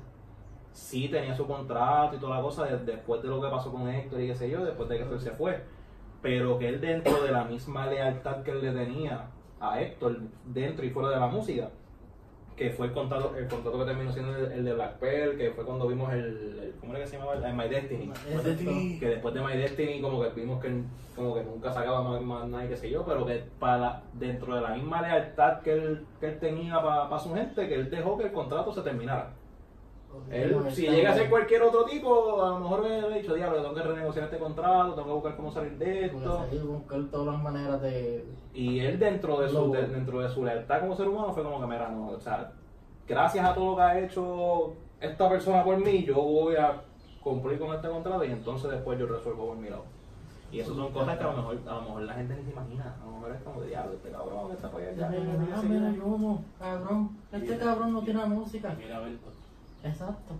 sí tenía su contrato y toda la cosa después de lo que pasó con Héctor y qué sé yo, después de que él se fue. pero que él dentro de la misma lealtad que él le tenía a Héctor, dentro y fuera de la música, que fue el contrato que terminó siendo el de Black Pearl, que fue cuando vimos ¿cómo era que se llamaba? El My Destiny. Que después de My Destiny como que vimos que como que nunca sacaba más nada y qué sé yo, pero que dentro de la misma lealtad que él tenía para su gente, que él dejó que el contrato se terminara. Él, si llega a ser cualquier otro tipo, a lo mejor me he dicho, diablo, tengo que renegociar este contrato, tengo que buscar cómo salir de esto. Buscar todas las maneras de... Y él dentro de su lealtad como ser humano fue como que, mira, no, o sea, gracias a todo lo que ha hecho esta persona por mí, yo voy a cumplir con este contrato y entonces después yo resuelvo por mi lado. Y eso son cosas que a lo mejor la gente ni se imagina. A lo mejor es como, diablo, este cabrón está para allá. Mira, Yomo, cabrón, este cabrón no tiene música. Mira, Berto. Exacto.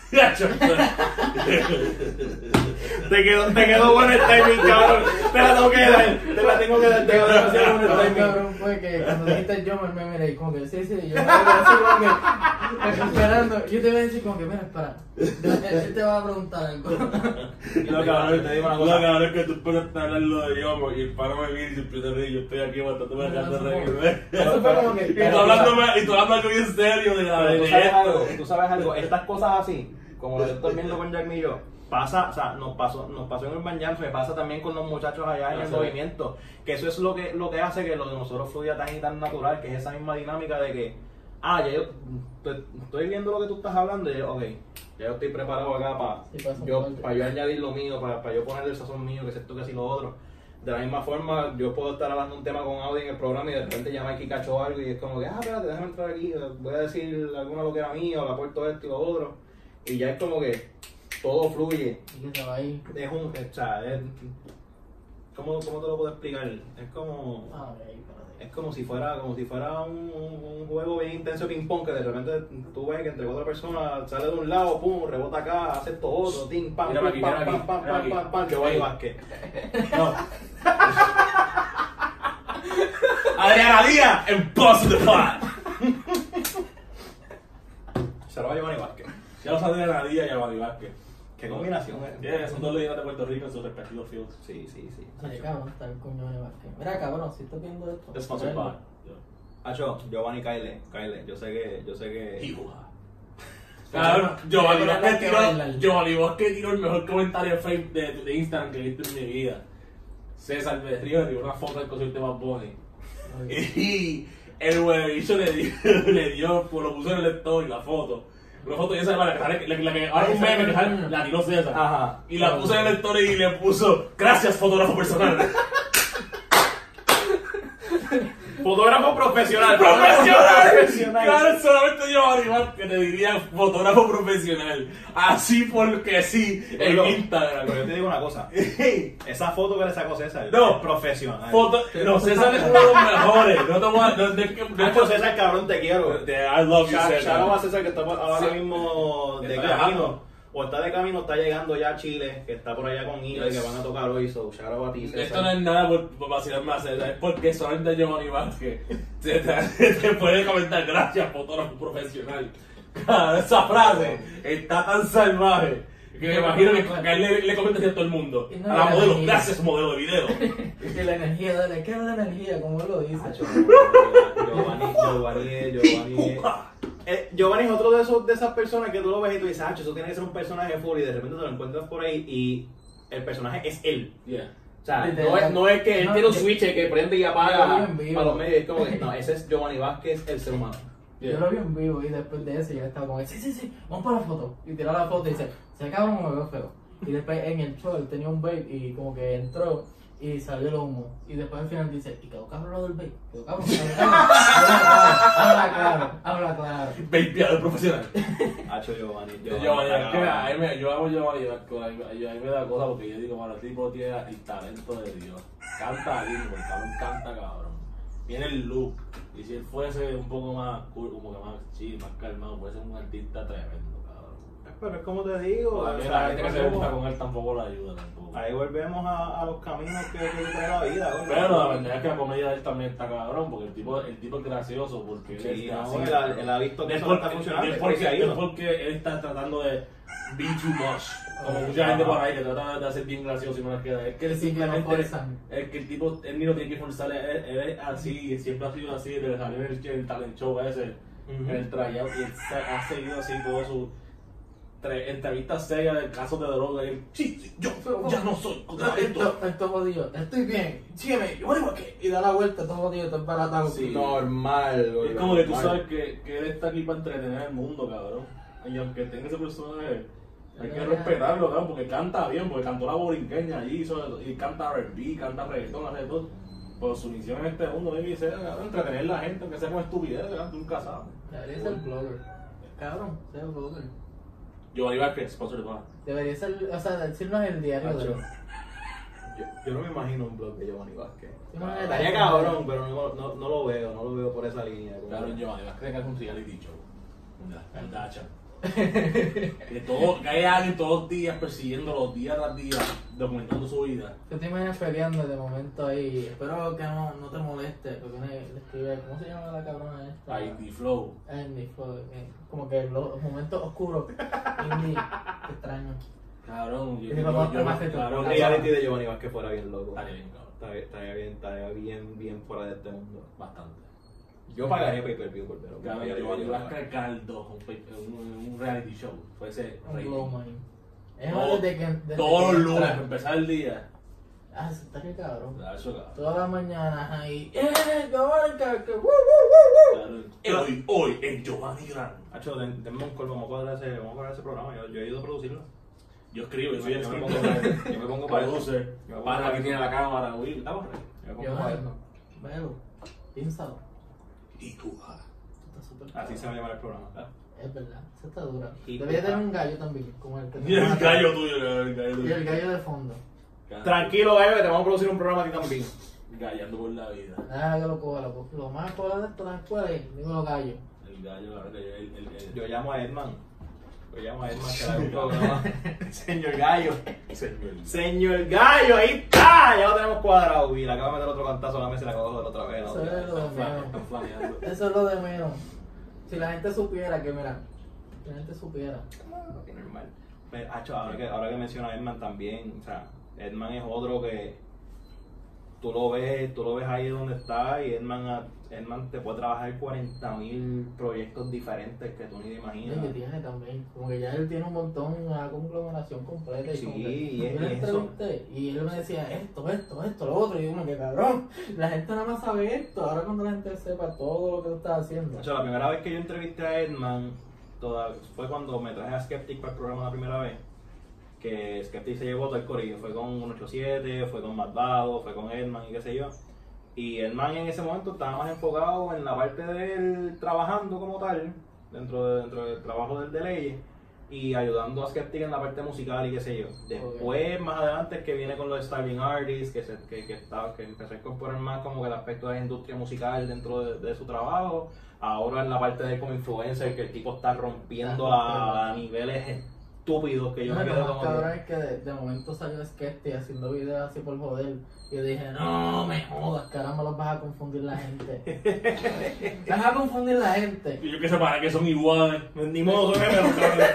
Te quedó bueno el timing, cabrón. Te la tengo que dar. Te quedó demasiado bueno el timing. Cabrón, fue que cuando dijiste el Yomo, él me miré y como que sí, yo me quedé así como que esperando. Yo te voy a decir como que, mira, espera. Él te va a preguntar algo. Lo cabrón, te digo una cosa. Lo cabrón es que tú puedes estar hablando de Yomo y el pana me viene y siempre te ríes. Yo estoy aquí aguantando una cara de reír. Eso fue como que... Y tú hablando algo bien serio de la Tú sabes algo, estas cosas así, como lo que estoy viendo con Jack y yo, pasa, o sea, nos pasó en Urban Jams, me pasa también con los muchachos allá en el movimiento, que eso es lo que hace que lo de nosotros fluya tan y tan natural, que es esa misma dinámica de que, ya yo estoy viendo lo que tú estás hablando y yo, ok, ya yo estoy preparado acá para yo añadir lo mío, para yo ponerle el sazón mío, que es esto, que así lo otro. De la misma forma, yo puedo estar hablando un tema con Audi en el programa y de repente llama aquí cacho algo y es como que, espérate, déjame entrar aquí, voy a decir alguna lo que era mío, le aporto esto y lo otro. Y ya es como que todo fluye. ¿Y qué se va ahí? Es o sea, ¿cómo te lo puedo explicar? Es como... Es como si fuera un juego bien intenso de ping pong que de repente tú ves que entre otra persona sale de un lado, pum, rebota acá, hace esto otro, ting, pam, pam, Giovanni Vázquez. No. Adriana Díaz en Post the Pod. Se lo va Giovanni Vázquez. Ya lo sabe Adriana Díaz y Giovanni Vázquez. Qué combinación, Son dos leyendas de Puerto Rico en sus respectivos fields. Sí. Oye, cabrón, está el coño de Vázquez. Mira, cabrón, si estás viendo esto. Sponsored by. Hacho, Giovanni Kyle, yo sé que... Cabrón, Giovanni Vázquez tiró el mejor comentario de Instagram que he visto en mi vida. César Berrío dio una foto del concierto de Bad Bunny. Y el huevicho le dio, pues lo puso en el story, la foto. Una foto y esa la que ahora un meme que sale, la tiró César. Ajy. Y la puso en el story y le puso, gracias fotógrafo personal. Fotógrafo profesional. Claro, solamente Giovanni Vázquez te diría fotógrafo profesional. Así porque sí, en Instagram. Pero yo te digo una cosa. Esa foto que le sacó César No. es profesional. César es uno de los mejores. No te voy a... Nacho, César, cabrón, te quiero. I love you, César. Shout out a César que está ahora mismo de camino. O está de camino, está llegando ya a Chile, que está por allá con Ida, que van a tocar hoy, so shout out a ti, César. Esto no es nada por vacilarme a César, es porque solamente Giovanni Vázquez te puede comentar gracias, fotógrafo profesional. Esa frase está tan salvaje que me imagino que a él le comenta a todo el mundo. A la modelo, gracias modelo de video. Y la energía, dale, ¿qué es la energía? Como él lo dice. Giovanni es otro de esas personas que tú lo ves y tú dices, eso tiene que ser un personaje full y de repente te lo encuentras por ahí y el personaje es él. Yeah. O sea, no es que él tiene un switch que prende y apaga para los medios, es como que no, ese es Giovanni Vázquez, el ser humano. Yo lo vi en vivo y después de eso ya estaba como, sí, vamos para la foto. Y tiró la foto y dice, se cabrón o me veo feo. Y después en el show él tenía un vape y como que entró y salió el humo. Y después al final dice, y quedó cabrón lo del vape. Quedó cabrón. Habla claro. Vapeador profesional. Hacho Giovanni. Yo amo Giovanni Vázquez. A mí me da cosa porque yo digo, mano, el tipo tiene el talento de Dios. Canta lindo, el cabrón canta cabrón. Tiene el look. Y si él fuese un poco más cool, como que más chill, más calmado, puede ser un artista tremendo, cabrón. pero es como te digo. A mí la gente que se gusta con él tampoco la ayuda tampoco. Ahí volvemos a los caminos que trae la vida. ¿no? Pero la verdad es que la comedia de él también está cabrón, porque el tipo es gracioso, porque Sí, él, no, él ha visto que eso no está funcionando. es porque él está tratando de be too much. Como mucha gente por ahí que trata de hacer bien gracioso y no les queda. Es que él simplemente es que el tipo, él ni lo tiene que forzar, él es así, siempre ha sido así, desde salió en el talent show ese, en el tryout, y él ha seguido así todo su entrevistas serias de casos de droga y él, sí, yo ya no soy esto jodido, estoy bien, sígueme, yo voy qué, y da la vuelta, todo jodido, todo embaratado. Sí. Normal, es como que tú sabes que él está aquí para entretener al mundo, cabrón. Y aunque tenga ese personaje, hay que respetarlo, cabrón, porque canta bien, porque cantó la borinqueña allí, y canta R&B, canta reggaetón, hace todo. Pero su misión en este mundo debe ser entretener a la gente, aunque sea con estupidez, tú nunca sabes. Debería ser blogger. Cabrón, ser blogger. Giovanni Vázquez, sponsor de Baja. Debería ser, o sea, decirnos el diario de yo no me imagino un blog de Giovanni Vázquez. Imagínate. Estaría cabrón, pero no lo veo por esa línea. Claro, Giovanni Vázquez que es un reality show. Una Kardashian. Que hay alguien todos los días persiguiéndolo día tras día, documentando su vida. Yo te imaginas peleando de momento ahí. Espero que no te moleste. Porque le escribe, ¿cómo se llama la cabrona esta? ID Flow. Indie Flow. Como que los momentos oscuros. Indie. Qué extraño. Cabrón, Un reality de Giovanni Vázquez fuera bien loco. Estaría bien, cabrón. Estaría bien fuera de este mundo. Bastante. Yo pagaría pay-per-view por verlo. Cabrón, Giovanni Vázquez Caldo, un reality show. Fue ese Un blow mind. Es Todo- desde que todos los lunes, entra. para empezar el día. Ah, eso está que cabrón. Eso, cabrón. Todas las mañanas ahí. Giovanni, que Cabrón. Hoy en Giovanni Gran. Hacho, denme un call, vamos a cuadrar ese programa. Yo he ido a producirlo. Yo escribo, yo soy el Yo me escritor. yo me pongo para eso. Producer. Yo me pongo Para para que tiene la cámara, güey. Estamos ready. Yo me pongo para Giovanni, eso. velo. Piénsalo. Y tú, ah. Está súper Así cabrón. se va a llamar el programa. Es verdad, esa está dura. Y Debería tú, tener un gallo también, como el que Y el gallo tuyo, cabrón, el gallo Y tuyo. el gallo de fondo. Tranquilo, gallo, que te vamos a producir un programa a ti también. Gallando por la vida. Ah, que lo coja, lo más coja de esto en la escuela y digo los gallos. El gallo, la verdad, el Yo llamo a Edman. Que le haga un programa. Señor Gallo. Señor Gallo, ahí está. Ya lo tenemos cuadrado. Y le acabo de meter otro cantazo a la mesa y le acabo de joder otra vez. Eso es lo de menos. Están flaneando. Eso es lo de menos. Si la gente supiera que, mira, si la gente supiera. Normal. Pero, Hacho, ahora que menciona a Edman también, o sea, Edman es otro que tú lo ves ahí donde está y Edman te puede trabajar 40,000 proyectos diferentes que tú ni te Y imaginas. que tiene también, como que ya él tiene un montón, una conglomeración completa. Y Sí, como que, y yo le eso. entrevisté y él me decía esto, lo otro. Y yo como que cabrón, la gente nada más sabe esto. Ahora cuando la gente sepa todo lo que tú estás haciendo. O sea, la primera vez que yo entrevisté a Edman fue cuando me traje a Skeptic para el programa la primera vez. Que Skeptic se llevó todo el corillo. Fue con 187, fue con Malvado, fue con Edman y qué sé yo. Y Edman en ese momento estaba más enfocado en la parte de él trabajando como tal, dentro del trabajo del de leyes, y ayudando a Skeptic en la parte musical y qué sé yo. Después, más adelante, es que viene con los styling artists, que empezó a incorporar más como que el aspecto de la industria musical dentro de su trabajo. Ahora en la parte de él como influencer, que el tipo está rompiendo a niveles estúpidos que yo me Lo quedé más como cabrón que... es que de momento salió Skeptic haciendo videos así por joder. Y yo dije, no me jodas, caramba, los vas a confundir la gente. Vas a confundir la gente. Y yo que sé para que son iguales. Ni modo, son gemelos, cabrón.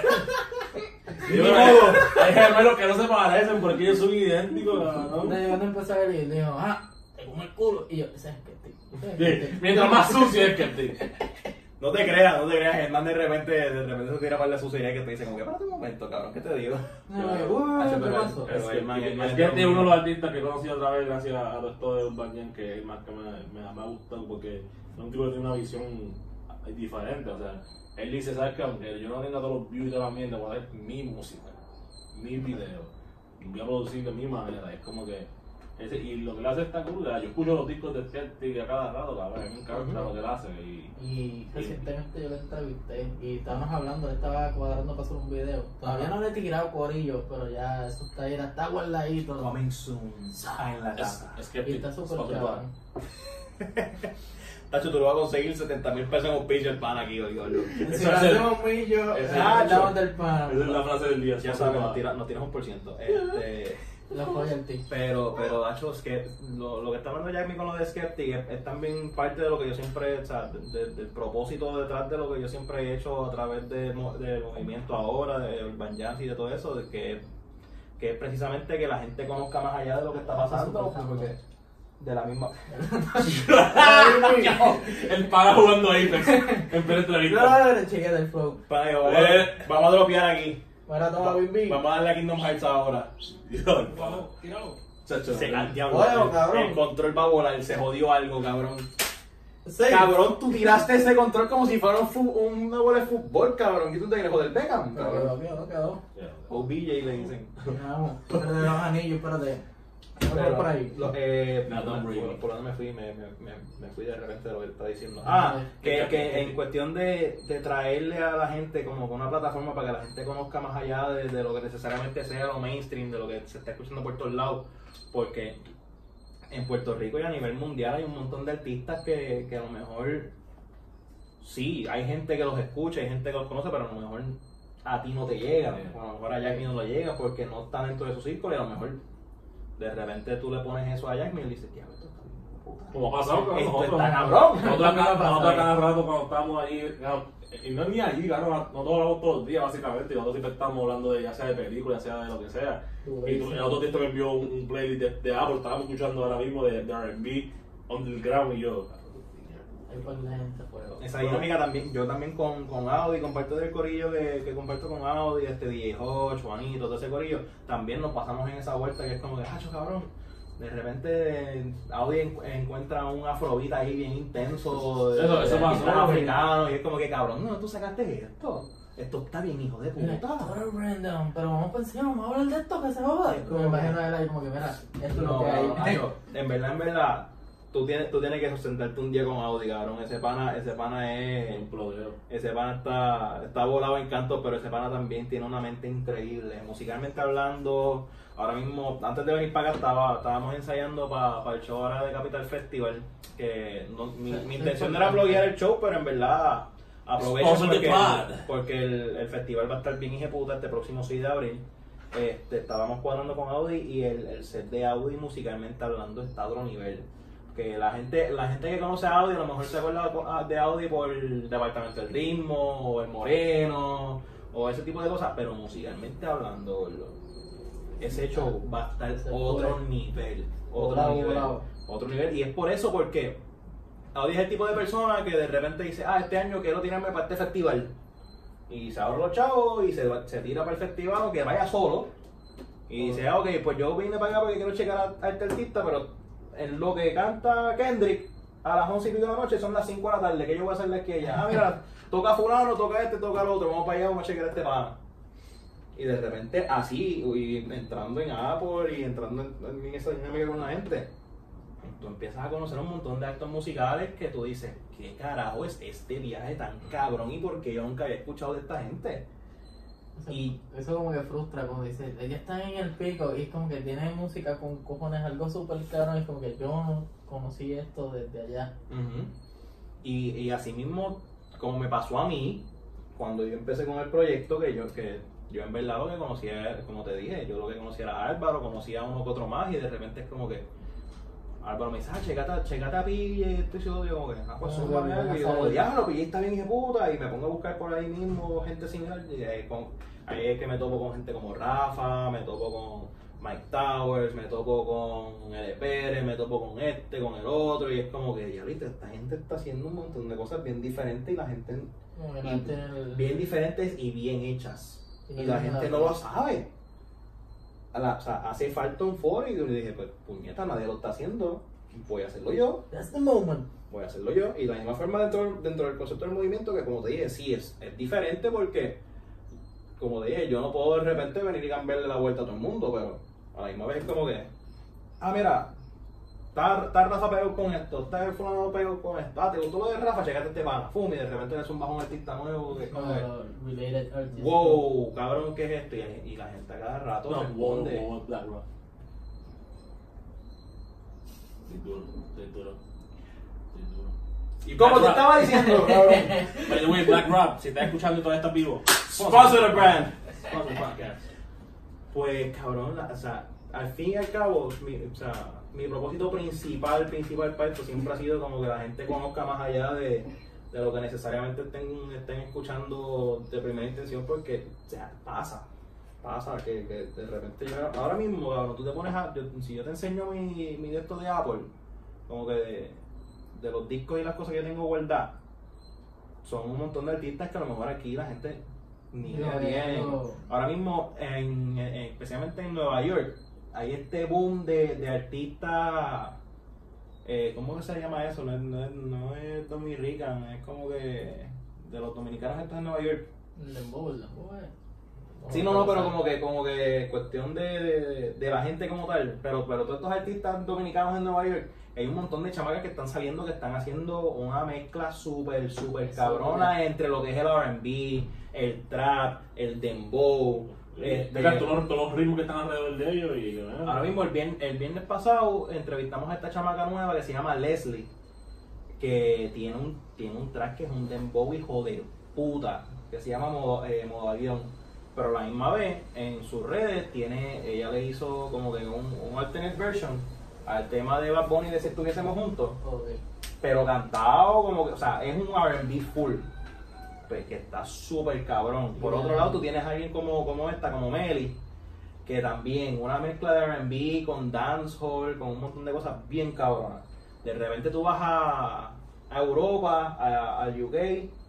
Ni modo. Hay gemelos que no se parecen porque ellos son idénticos, cabrón. Entonces yo empecé a ver y dijo, te come el culo. Y yo, ese es Skeptic. Sí, mientras más sucio es que te. No te creas, Germán de repente se tira para la suciedad que te dice como que, espérate un momento, cabrón, ¿qué te digo? ¿Qué pasó? Pero Es que este es uno de los artistas que he conocido otra vez gracias a todo esto de Urban Jam, que es el más que me ha gustado porque es un tipo que tiene una visión diferente. O sea, él dice, ¿sabes qué? Aunque yo no tenga todos los views y toda la mierda, voy a hacer mi música, mi video, voy a producir de mi manera. Es como que y lo que le hace está cool. Yo escucho los discos de Skeptic a cada rato, cabrón, a mí me encanta lo que él hace. Y recientemente yo le entrevisté y estábamos hablando, él estaba cuadrando para hacer un video. Todavía no le he tirado corillo, pero ya eso está ahí, está guardadito. Coming soon en la casa. Y Skeptic, está súper Spotify. cabrón. Tacho, tú lo vas a conseguir 70,000 pesos en un pitcher el pan aquí, digo yo. Si lo hacemos millo, hablamos del pan. Esa es la frase del día. Ya sabes, nos tienes un por ciento. Los royalties. Pero, Dacho, es que lo que está hablando Jaime con lo de Skeptic es también parte de lo que yo siempre, o sea, del propósito detrás de lo que yo siempre he hecho a través del movimiento ahora, de Urban Jazz y de todo eso, que es precisamente que la gente conozca más allá de lo que está pasando, porque de la misma... El pana jugando ahí, en plena entrevista. No, chequea del flow. Vamos a dropear aquí. Ahora toma Wimby. Vamos a darle a Kingdom Hearts ahora. Vamos, tíralo. Chacho, Diablo, Bueno, cabrón. el control va a volar, se jodió algo, cabrón. Sí. Cabrón, tú tiraste ese control como si fuera una bola de fútbol, cabrón. ¿Qué tú te quieres joder, Beckham? No quedó. OBJ le dicen. Vamos, espérate los anillos, espérate. Vamos por ahí. Por donde me fui de repente de lo que está diciendo. Ah, Que en cuestión de traerle a la gente como una plataforma para que la gente conozca más allá de lo que necesariamente sea lo mainstream, de lo que se está escuchando por todos lados, porque en Puerto Rico y a nivel mundial hay un montón de artistas que a lo mejor sí, hay gente que los escucha, hay gente que los conoce, pero a lo mejor a ti no te llega, o a lo mejor a Jack no lo llega porque no están dentro de su círculo y a lo mejor de repente tú le pones eso a Jack y dices, tío, esto está bien, puta. como ha pasado con Esto nosotros. está cabrón. Nosotros a cada rato cuando estamos ahí, y no es ni allí, claro, nosotros hablamos todos los días básicamente, y nosotros siempre estamos hablando de ya sea de películas, ya sea de lo que sea. Y el otro día me envió un playlist de Apple, estábamos escuchando ahora mismo de R&B, Underground, y yo... Ahí por la gente, pues. Esa dinámica también, yo también con Audi, comparto del corillo que comparto con Audi, DJ Hodge, Juanito, todo ese corillo, también nos pasamos en esa vuelta que es como de, ¡hacho, cabrón! De repente Audi encuentra un afrobeat ahí bien intenso, Eso pasó, africano, y es como que, cabrón, no, tú sacaste esto está bien, hijo de puta. Todo random, pero vamos por encima, vamos a hablar de esto que se joda. Me imagino a él ahí como que, mira, esto es lo que hay. Acho, en verdad, tú tienes que sentarte un día con Audi, cabrón. Ese pana es... Ese pana está volado en canto, pero ese pana también tiene una mente increíble. Musicalmente hablando, ahora mismo, antes de venir para acá, estábamos ensayando para el show ahora de Capital Festival. Que mi intención no era bloguear el show, pero en verdad aprovecho porque el festival va a estar bien hijeputa este próximo 6 de abril. Estábamos cuadrando con Audi y el set de Audi musicalmente hablando está a otro nivel. Que la gente que conoce a Audi a lo mejor se acuerda de Audi por el Departamento del Ritmo o el Moreno o ese tipo de cosas, pero musicalmente hablando ese show va a estar otro nivel, y es por eso porque Audi es el tipo de persona que de repente dice, este año quiero tirarme para este festival y se ahorra los chavos y se tira para el festival o que vaya solo y dice, ok, pues yo vine para acá porque quiero checar a este artista, pero en lo que canta Kendrick a las 11 y pico de la noche son las 5 de la tarde, que yo voy a hacerle que ella, mira, toca fulano, toca este, toca el otro, vamos para allá, vamos a chequear a este pana. Y de repente así, y entrando en Apple y entrando en esa dinámica con la gente, tú empiezas a conocer un montón de actos musicales que tú dices, ¿qué carajo es este viaje tan cabrón y por qué yo nunca había escuchado de esta gente? Y eso como que frustra, como dice, ellos están en el pico y es como que tienen música con cojones, algo súper caro, y es como que yo no conocí esto desde allá. Y así mismo, como me pasó a mí, cuando yo empecé con el proyecto, que yo en verdad lo que conocía, como te dije, yo lo que conocía era Álvaro, conocía a uno que otro más, y de repente es como que Álvaro me dice, checate a Pille, esto y yo digo, como que, pues súbame algo, y yo, diablo, Pille está bien hijo de puta, y me pongo a buscar por ahí mismo gente similar, y ahí es que me topo con gente como Rafa, me topo con Mike Towers, me topo con L. Pérez, me topo con con el otro, y es como que, diablito, esta gente está haciendo un montón de cosas bien diferentes, y la gente, bien diferentes y bien hechas, y la gente no lo sabe. O sea, hace falta un foro y yo le dije, pues puñeta, nadie lo está haciendo, voy a hacerlo yo. That's the moment. Voy a hacerlo yo. Y la misma forma dentro del concepto del movimiento, que como te dije, sí es diferente porque, como te dije, yo no puedo de repente venir y cambiarle la vuelta a todo el mundo, pero a la misma vez es como que, mira, está Rafa pegado con esto, está el fulano pegado con esto, te gustó lo de Rafa, checate este pana, fum, y de repente le zumba un artista nuevo que es como related artist. Wow, cabrón, ¿qué es esto? Y la gente a cada rato responde. Black Rock. Duro. duro. Y Como Black te Rap. estaba diciendo, cabrón. By the way, Black Rap, si estás escuchando y todavía estás vivo. Sponsor the brand. Sponsor the podcast. Pues cabrón, o sea, al fin y al cabo, mi propósito principal para esto siempre ha sido como que la gente conozca más allá de lo que necesariamente estén escuchando de primera intención, porque o sea, pasa que de repente ahora mismo, cabrón, tú te pones si yo te enseño mi de esto de Apple, como que de los discos y las cosas que yo tengo guardadas, son un montón de artistas que a lo mejor aquí la gente ni idea tiene. Ahora mismo, especialmente en Nueva York, hay este boom de artistas, ¿cómo que se llama eso? No es dominican, es como que de los dominicanos estos en Nueva York. Dembow. Sí, no, pero como que cuestión de la gente como tal, pero todos estos artistas dominicanos en Nueva York, hay un montón de chamacas que están saliendo que están haciendo una mezcla súper cabrona entre lo que es el R&B, el trap, el dembow. Todos los ritmos que están alrededor de ellos y Ahora mismo el viernes pasado entrevistamos a esta chamaca nueva que se llama Leslie, que tiene un track que es un dembow hijo de puta, que se llama modo avión. Pero a la misma vez, en sus redes, ella le hizo como que un alternate version al tema de Bad Bunny de Si Estuviésemos Juntos. Okay. Pero cantado como que, o sea, es un R&B full. Pues que está súper cabrón. Por otro lado, tú tienes a alguien como esta, como Meli, que también, una mezcla de R&B con dancehall, con un montón de cosas bien cabronas. De repente tú vas a Europa, al UK,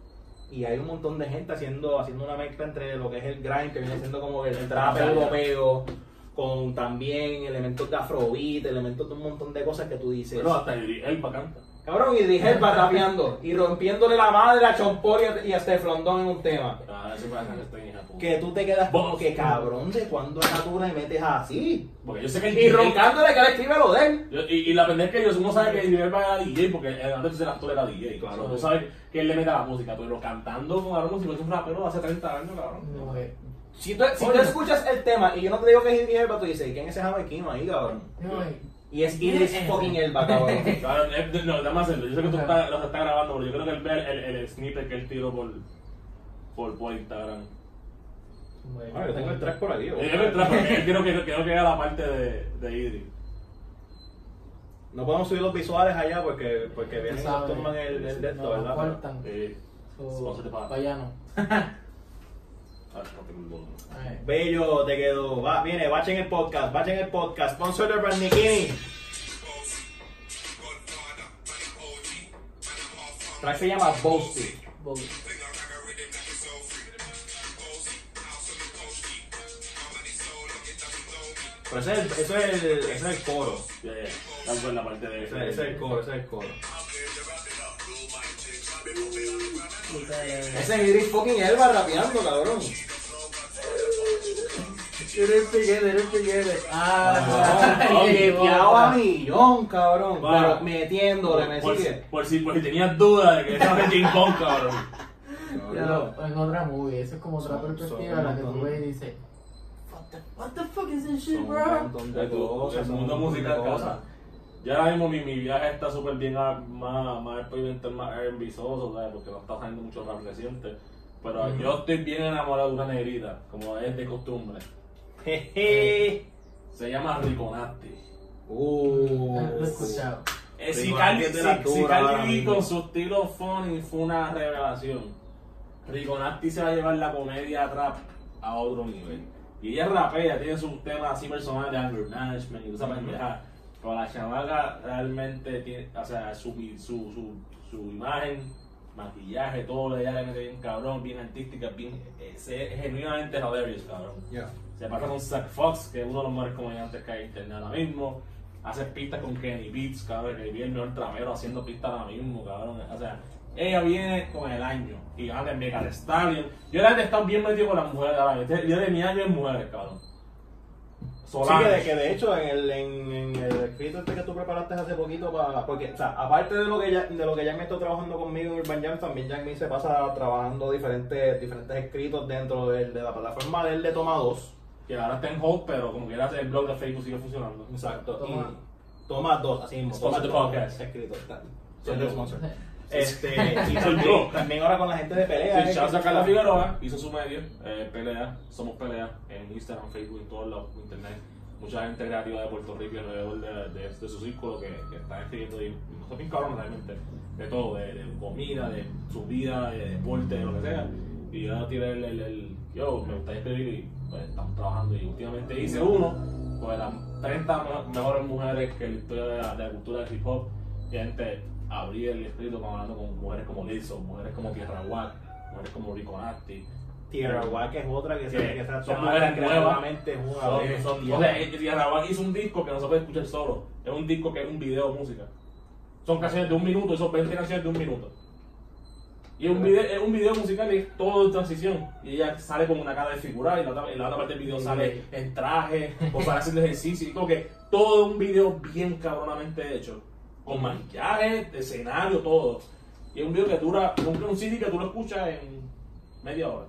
y hay un montón de gente haciendo una mezcla entre lo que es el grind, que viene siendo como el trap europeo, con también elementos de afrobeat, elementos de un montón de cosas que tú dices. Pero hasta Elba canta. Cabrón, y Idris va rapeando y rompiéndole la madre a Sean Paul y a Steph London en un tema. Eso pasa que estoy en Japón. Que tú te quedas como que cabrón, ¿de cuándo tú le metes así? Porque yo sé que el Y roncándole que él escribe lo de él. Y la pendeja es que uno sabe que Elba era DJ, porque antes el actor era DJ, claro. Tú sabes que él le mete a la música, pero cantando con algo como si fuese un rapero hace 30 años, cabrón. No, Si tú escuchas el tema y yo no te digo que es Idris Elba, tú dices, ¿quién es ese jamaiquino ahí, cabrón? Y es Idris fucking Elba, cabrón. Claro, no, déjame hacerlo. Yo sé que tú los estás grabando, pero yo creo que él ve el snippet que él tiró por Instagram. Bueno, yo tengo el track por aquí. Yo tengo el track porque quiero que haga la parte de Idris. No podemos subir los visuales allá porque vienen y nos toman el de esto, no, ¿verdad? cortan. Sponsor de paz. Vayano. Bello, te quedó. Viene, bachen el podcast. Sponsor de Brand Nikini. Track se llama Boasty. Pero ese es el coro. Tanto en la parte de Ese es el coro. Ese es Idris fucking Elba rapeando, cabrón. Eres peguete. Limpiado a millón, cabrón. Pero metiéndole, me sigue. Por si tenías duda de que eso es King Kong, cabrón. En otra movie, eso es como otra perspectiva en la que tú ves y dices, what the fuck is this shit, bro? El mundo musical, cosa. Ya ahora mismo mi viaje está súper bien más experimental, más R&B-soso, ¿sabes? Porque no está saliendo mucho rap reciente. Pero yo estoy bien enamorado de una negrita, como es de costumbre. Se llama Rico Nasty. Lo he escuchado. Si Cardi B con su estilo funny fue una revelación, Rico Nasty se va a llevar la comedia trap a otro nivel. Y ella rapea, tiene sus temas así personales de anger management y esa pendeja. Pero la chamaca realmente tiene, o sea, su imagen, maquillaje, todo ella le mete bien cabrón, bien artística, bien, es genuinamente hilarious, cabrón. Se pasa con Zach Fox, que es uno de los mejores comediantes que hay en internet ahora mismo. Hace pistas con Kenny Beats, cabrón, que es el mejor tramero haciendo pistas ahora mismo, cabrón. O sea, ella viene con el año y gana en Mega Stallion. Yo la he estado bien metido con las mujeres ahora mismo. Yo de mi año en mujeres, cabrón. Solange. Sí, que de hecho en el escrito que tú preparaste hace poquito porque, o sea, aparte de lo que ya me está trabajando conmigo en Urban Jam, también Jack me se pasa trabajando diferentes escritos dentro de la plataforma de él de Toma 2. Que ahora está en hold, pero como quiera el blog de Facebook sigue funcionando. Exacto. Toma 2, así mismo. Toma 2 podcast escrito. Siendo el sponsor. Y Soy yo. también ahora con la gente de pelea. Sí, Charles Carla Figueroa hizo su medio, Pelea, Somos Pelea, en Instagram, Facebook, en todos lados, internet. Mucha gente creativa de Puerto Rico alrededor de su círculo que están escribiendo, y no son bien cabrones realmente, de todo, de comida, de su vida, de deporte, de lo que sea. Y yo tiré yo me gustaría escribir y pues, estamos trabajando. Y últimamente hice uno, pues las 30 mejores mujeres que la historia de la cultura del hip hop. Y gente abrí el escrito hablando con mujeres como Lizzo, mujeres como Tierra Wack, mujeres como Rico Nasty. Tierra Wack es otra que son mujeres nuevas. O sea, Tierra Wack hizo un disco que no se puede escuchar solo. Es un disco que es un video de música. Son canciones de 1 minuto, son 20 canciones de 1 minuto. Y es un video musical y es todo de transición. Y ella sale con una cara desfigurada y la otra parte del video sale en traje o sale haciendo ejercicio. Y como que todo un video bien cabronamente hecho. Con maquillaje, escenario, todo. Y es un video que dura, un CD que tú lo escuchas en media hora.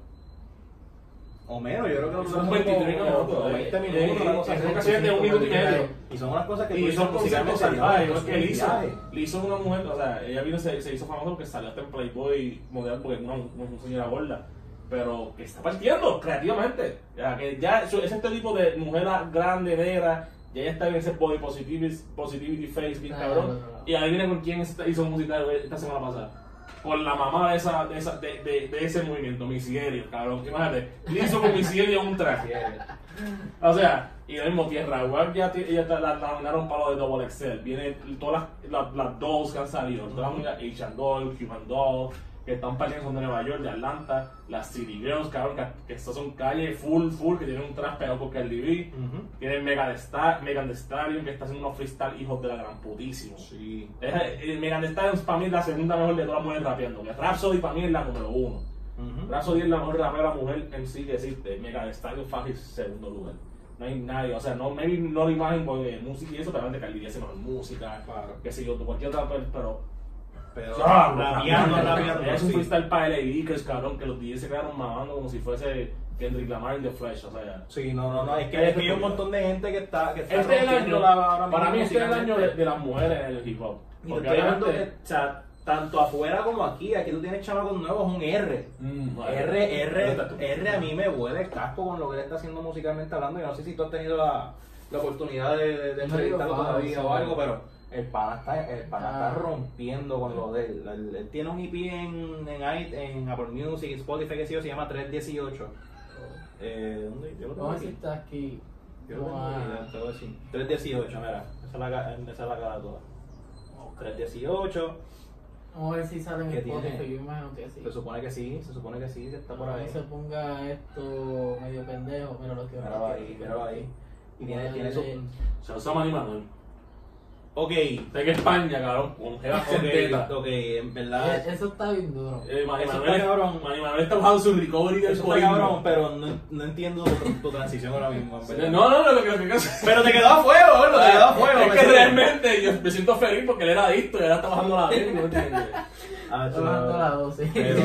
O menos, yo creo que son 23 minutos, 20 minutos, una cosa así. Son canciones de 1 minuto y medio. Y son unas cosas que y son conceptos salvajes, igual que Lizzo es una mujer, o sea, ella vino se hizo famosa porque salió hasta en Playboy modelo porque es una señora gorda, pero que está partiendo creativamente. Ya, que ya es este tipo de mujer grande, negra, ya ella está en ese body positivity face, bien cabrón. Y ahí viene con quién hizo música esta semana pasada. Con la mamá de ese movimiento, Missy Elliott, cabrón. Imagínate, le hizo con Missy Elliott un traje. O sea, y lo mismo, Tierra Web ya la nominaron para lo de Double Excel. Vienen todas las dolls que han salido, todas las amigas Asian Doll, Human Doll, que están partiendo son de Nueva York, de Atlanta, las City Girls, cabrón, que estas son calles full, que tienen un traje pegado por Cardi B. Tienen Megan Thee Stallion, que está haciendo unos freestyle hijos de la gran putísimo. Sí. Megan Thee Stallion para mí es la segunda mejor de todas las mujeres rapeando. Que Rhapsody para mí es la número 1. Rhapsody es la mejor rapera mujer en sí que existe. Megan Thee Stallion fácil segundo lugar. No hay nadie, o sea, no la imagen porque música y eso, pero realmente Cardi B hace mejor música, claro. Que sé yo, cualquier otra, pero rapeando, es un freestyle para LA que es cabrón, que los DJs se quedaron mamando como si fuese Kendrick Lamar in the Flesh, o sea. Sí, no, es que hay un montón de gente que está este es el año, para mí este es el año de las mujeres en el hip hop. Porque hablando que, o sea, tanto afuera como aquí tú tienes chamacos nuevos, un R. R a mí me huele el casco con lo que él está haciendo musicalmente hablando. Yo no sé si tú has tenido la oportunidad de entrevistarlo todavía o algo, pero el pana está rompiendo con lo de él. Él tiene un EP en Apple Music, Spotify, que se llama 318. ¿Dónde? Yo lo tengo aquí. Está aquí. Yo lo tengo aquí, te voy a decir. 318, mira, esa es la cara toda. 318. Vamos a ver si sale en ¿Qué Spotify, tiene? yo imagino que sí. Se supone que sí, está por ahí. No se ponga esto medio pendejo, mira lo que Míralo ahí. Y tiene su... Se usa Manny Manuel. Ok. Sé que España, cabrón, con Jeva Centeta. Ok, en verdad. Eso está bien duro. Manny Manuel está bajando su recovery del eso está cabrón, pero no entiendo tu transición ahora mismo. No, lo que pero te quedó a fuego, boludo, te quedó a fuego. Es que realmente yo me siento feliz porque él era adicto y ahora está bajando la vida, ¿no entiendes? Está bajando la dosis. Pero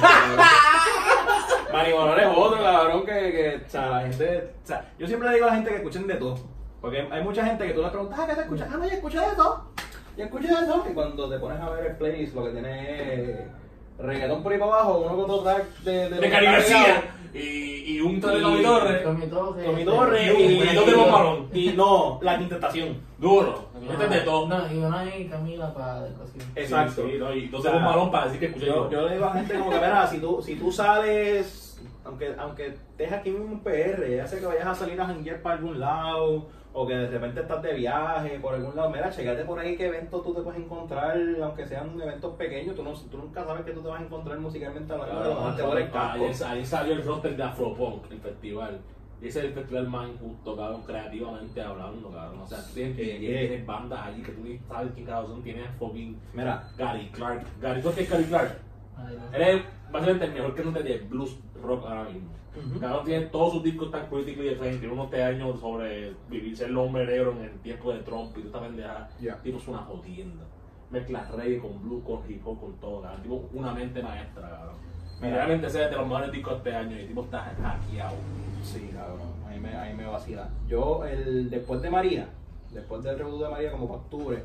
Manny Manuel es otro, cabrón, que o sea, la gente, o sea, yo siempre le digo a la gente que escuchen de todo. Porque hay mucha gente que tú le preguntas, ¿qué te escuchas? No, ya escuché de todo. Y cuando te pones a ver el playlist, lo que tiene es reggaetón por ahí para abajo, uno con otro track de Cari García y un track de Tommy Torres. Tommy Torres y dos de Bob Marlon. Y no, La Quintestación. Duro. Este es de todo. No, y una ahí Camila para decoración. Exacto. Sí, no, y dos de Bob Marlon para decir que escuché yo le digo a la gente como que, mira, si tú sales, aunque estés aquí mismo en PR, ya sé que vayas a salir a janguear para algún lado, o que de repente estás de viaje por algún lado, mira, checate por ahí qué eventos tú te puedes encontrar, aunque sean eventos pequeños, tú nunca sabes que tú te vas a encontrar musicalmente hablando de por el campo. Ahí salió el roster de Afropunk, el festival. Y ese es el festival más injusto, cabrón, creativamente hablando, cabrón. O sea, tú tienes bandas allí que tú ni sabes quién cada son, tienes fucking Gary Clark. ¿Tú qué es Gary Clark? Él es básicamente el mejor cantante de blues rock ahora mismo. Cabrón tiene todos sus discos tan critically acclaimed, tiene unos años sobre vivirse el hombre negro en el tiempo de Trump y toda esta pendeja. Tipo es una jodienda. Mezcla reggae con blues, con hip hop, con todo, cabrón. Tipo una mente maestra, cabrón. Realmente ese es de los mejores discos de este año y el tipo está hackeado. Sí, cabrón, ahí me vacila. Yo, después de María, después del reboot de María como para octubre,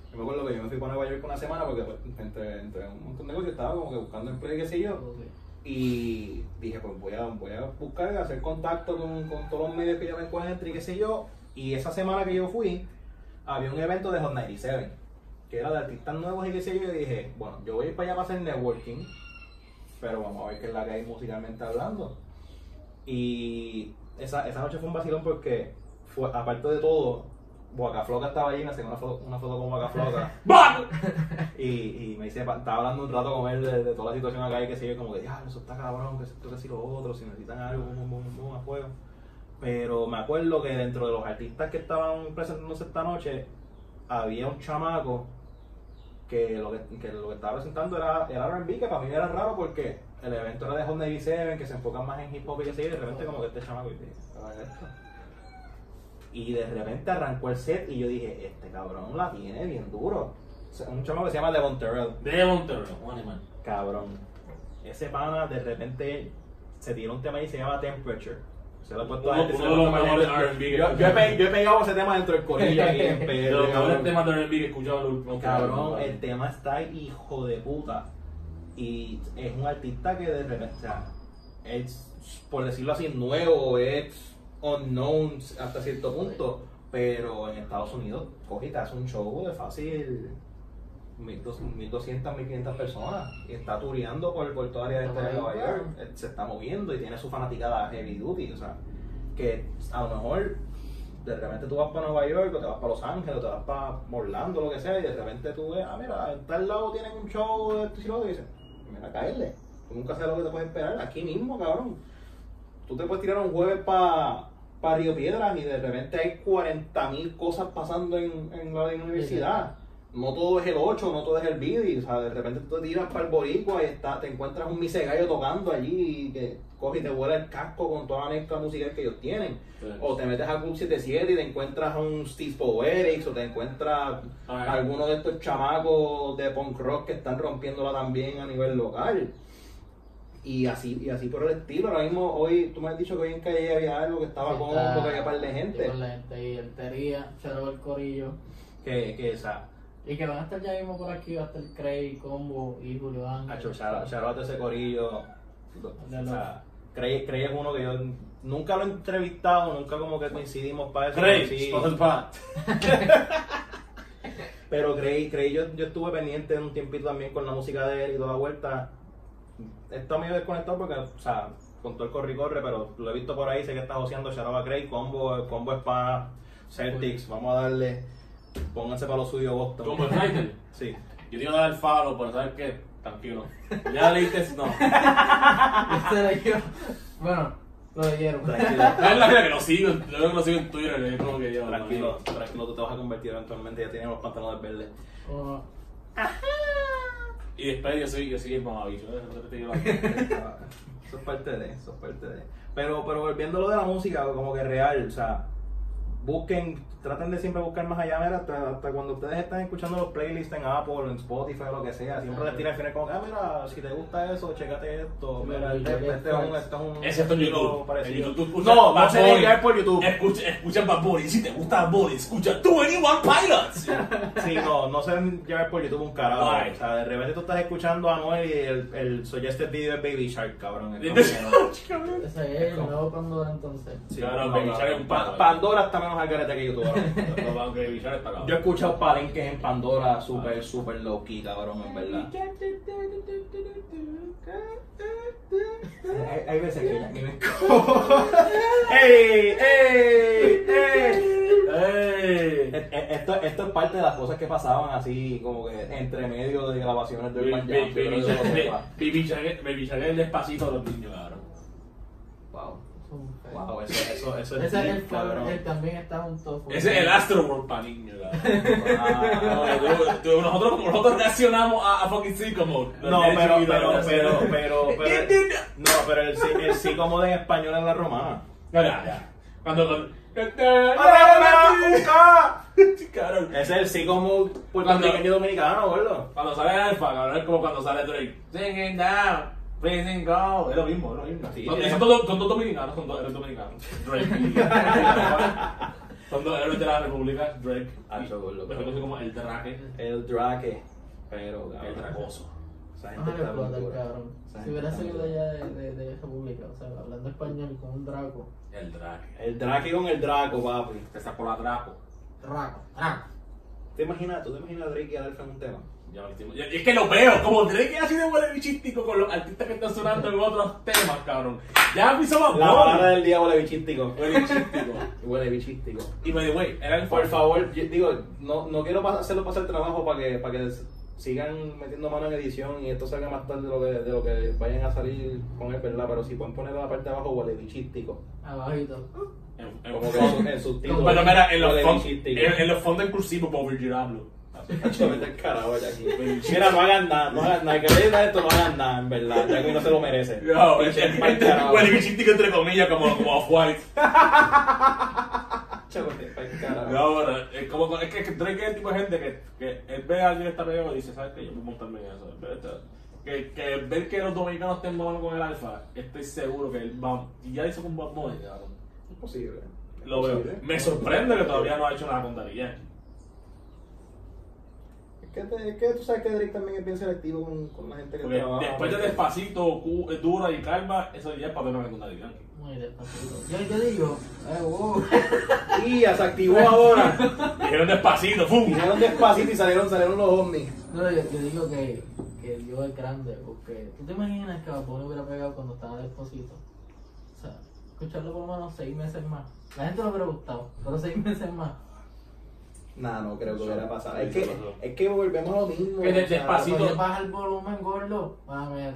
Yo me acuerdo que yo me fui para Nueva York una semana porque pues, entre un montón de cosas estaba como que buscando empleo y qué sé yo. Y dije, pues voy a buscar, hacer contacto con todos los medios que yo me encuentre y qué sé yo. Y esa semana que yo fui, había un evento de Hot 97, que era de artistas nuevos y qué sé yo. Y dije, bueno, yo voy a ir para allá para hacer networking, pero vamos a ver qué es la que hay musicalmente hablando. Y esa noche fue un vacilón porque, aparte de todo, Waka Flocka estaba allí, me hacía una foto con Waka Flocka. y me dice, estaba hablando un rato con él de toda la situación acá y que sigue como que, ya, eso está cabrón, que esto que si lo otro, si necesitan algo, a fuego. Pero me acuerdo que dentro de los artistas que estaban presentándose esta noche, había un chamaco que lo que estaba presentando era R&B, que para mí era raro porque el evento era de Hot 97, que se enfocan más en hip hop y que sigue, y de repente como que este chamaco, y de repente arrancó el set y yo dije, este cabrón la tiene bien duro. O sea, un chamaco que se llama Devon Terrell. Cabrón. Ese pana de repente se tiró un tema y se llama Temperature. Se lo he puesto a uno de los mejores R&B. Yo he pegado ese tema dentro del corillo aquí en De PR. los mejores temas de R&B que he escuchado los últimos. Cabrón, el tema está hijo de puta. Y es un artista que de repente, o sea, es, por decirlo así, nuevo, es unknown hasta cierto punto, pero en Estados Unidos coge y te hace un show de fácil 1.200, 1.500 personas y está tureando por toda la área de Nueva York, se está moviendo y tiene su fanaticada heavy duty, o sea, que a lo mejor de repente tú vas para Nueva York o te vas para Los Ángeles o te vas para Orlando, lo que sea, y de repente tú ves, mira, en tal lado tienen un show de esto y lo otro, y dices, mira, caerle, tú nunca sabes lo que te puedes esperar, aquí mismo, cabrón. Tú te puedes tirar un jueves para Río Piedras y de repente hay 40.000 cosas pasando en la universidad. No todo es el 8, no todo es el Bidi, o sea, de repente tú te tiras para el Boricua y te encuentras un Misegallo tocando allí y que coge y te vuela el casco con toda la mezcla musical que ellos tienen. Sí. O te metes a Club 77 y te encuentras a un Steve Poetics o te encuentras a alguno de estos chamacos de punk rock que están rompiéndola también a nivel local. Y así por el estilo. Ahora mismo, hoy, tú me has dicho que hoy en Calle había algo que estaba cómodo, que había par de gente. Con la gente y el Tería, Charo el Corillo. Que esa. Y que van a estar ya mismo por aquí, va a estar Craig, Combo y Julio Ángel. Charote ese corillo. O sea, Craig es uno que yo nunca lo he entrevistado, nunca como que coincidimos para eso. Craig, sí. Pero Craig yo estuve pendiente un tiempito también con la música de él y toda la vuelta. Está medio desconectado porque, o sea, con todo el corre, pero lo he visto por ahí, sé que está joseando Charaba Craig, Combo es para Celtics, vamos a darle, pónganse para lo suyo Boston. ¿Como el Snyder? Sí. Yo te iba a dar el follow, pero ¿sabes qué? Tranquilo. Ya leíste, no. Bueno, lo leyeron. Tranquilo. Es la vida que lo sigo, lo sigo en Twitter, es como que yo. Tranquilo, tú te vas a convertir eventualmente, ya tienes los pantalones verdes. Y después yo soy el mamabicho, Eso es parte de. Pero volviendo a lo de la música, como que real, o sea, traten de siempre buscar más allá, mira, hasta cuando ustedes están escuchando los playlists en Apple, en Spotify o lo que sea, siempre les tiran al final como que, mira, si te gusta eso, chécate esto, mira, este es un excepto en YouTube. Parecido. En YouTube no se dejen llevar por YouTube. Escucha Bad Bunny, si te gusta Bad Bunny, escucha 21 Pilots. Sí, no se dejen llevar por YouTube un carajo. O sea, de repente tú estás escuchando a Noel y el suggested video de Baby Shark, cabrón. Ese es el nuevo Pandora entonces. Sí, claro, Baby Shark es un Pandora está menos al garete que YouTube. Yo he escuchado palenques en Pandora super low key, cabrón, en verdad. Hay veces que ya ni me Esto es parte de las cosas que pasaban así, como que entre medio de grabaciones del Urban Jam. Baby Shark es despacito a los niños, cabrón. Wow, eso es ese cabrón. Él también está junto. Ese es el Astro World para niños, nosotros reaccionamos a fucking Sycamore. Pero el Sycamore en español es la romana. Cuando ese es el Sycamore puertorriqueño dominicano, gordo. Cuando sale Alfa, cabrón, es como cuando sale Drake. Singing down. Freezing go, es lo mismo. Sí, son todos dominicanos, son todos dominicanos. Son dos héroes de la República, Drake. Hacho, gordo, Mejor conocido como el Drake. El Drake. Pero, El Dracoso. Esa gente Ojalá está muy explotar, dura. cabrón. Esa Si gente hubiera está muy salido dura. allá de República, o sea, hablando español con un Draco. El Drake. El Drake con el Draco, papi. Te sacó la Draco. Draco. ¿Tú te imaginas a Drake y a Alfa en un tema? Ya me estoy- y es que lo veo, como Drake es así de huele bichístico con los artistas que están sonando en otros temas, cabrón. Ya pisó más La palabra del día huele bichístico. Huele bichístico. Huele bichístico. Y me dijo, güey, era el Por favor, yo digo, no quiero hacerlo pasar trabajo para que sigan metiendo mano en edición y esto salga más tarde de lo que vayan a salir con él, ¿verdad? Pero si pueden poner la parte de abajo, huele bichístico. Abajito. Como que en subtítulos. Pero mira, en huele los, bichístico. en los fondos inclusivos, por Virgilablo. Hacho, vete al carajo ya aquí. Mira, no hagan nada, que le diga esto, no hagan nada, en verdad. Ya que no se lo merece. No, Pinche pa'l carajo. huele bichístico entre comillas, como Off-White. Hacho, vete pa'l carajo. No, pero es que Drake es el tipo de gente que él ve a alguien que está pegado y dice, ¿sabes qué? Yo puedo montarme en eso. Que ver que los dominicanos estén mamando con el alfa, estoy seguro que él va. Y ya hizo con Bad Bunny, cabrón. Imposible. Lo veo. Me sorprende que todavía no ha hecho nada con Daddy Yankee. Es que tú sabes que Drake también es bien selectivo con la gente que Porque trabaja. después de Despacito, Dura y Calma, eso ya es para ver con Daddy Yankee. Muy despacito. Yo digo, wow. Y ya se activó ahora. Dijeron Despacito, ¡pum! Vinieron despacito y salieron los ovnis. No, yo digo que Dios es grande, porque tú te imaginas que Bad Bunny hubiera pegado cuando estaba Despacito. O sea, escucharlo por lo menos 6 meses más. La gente no hubiera gustado, pero 6 meses más. Nah, no creo que hubiera pasado. Sí, Es que volvemos a lo mismo. Que Despacito- Oye, baja el volumen, gordo. Mami,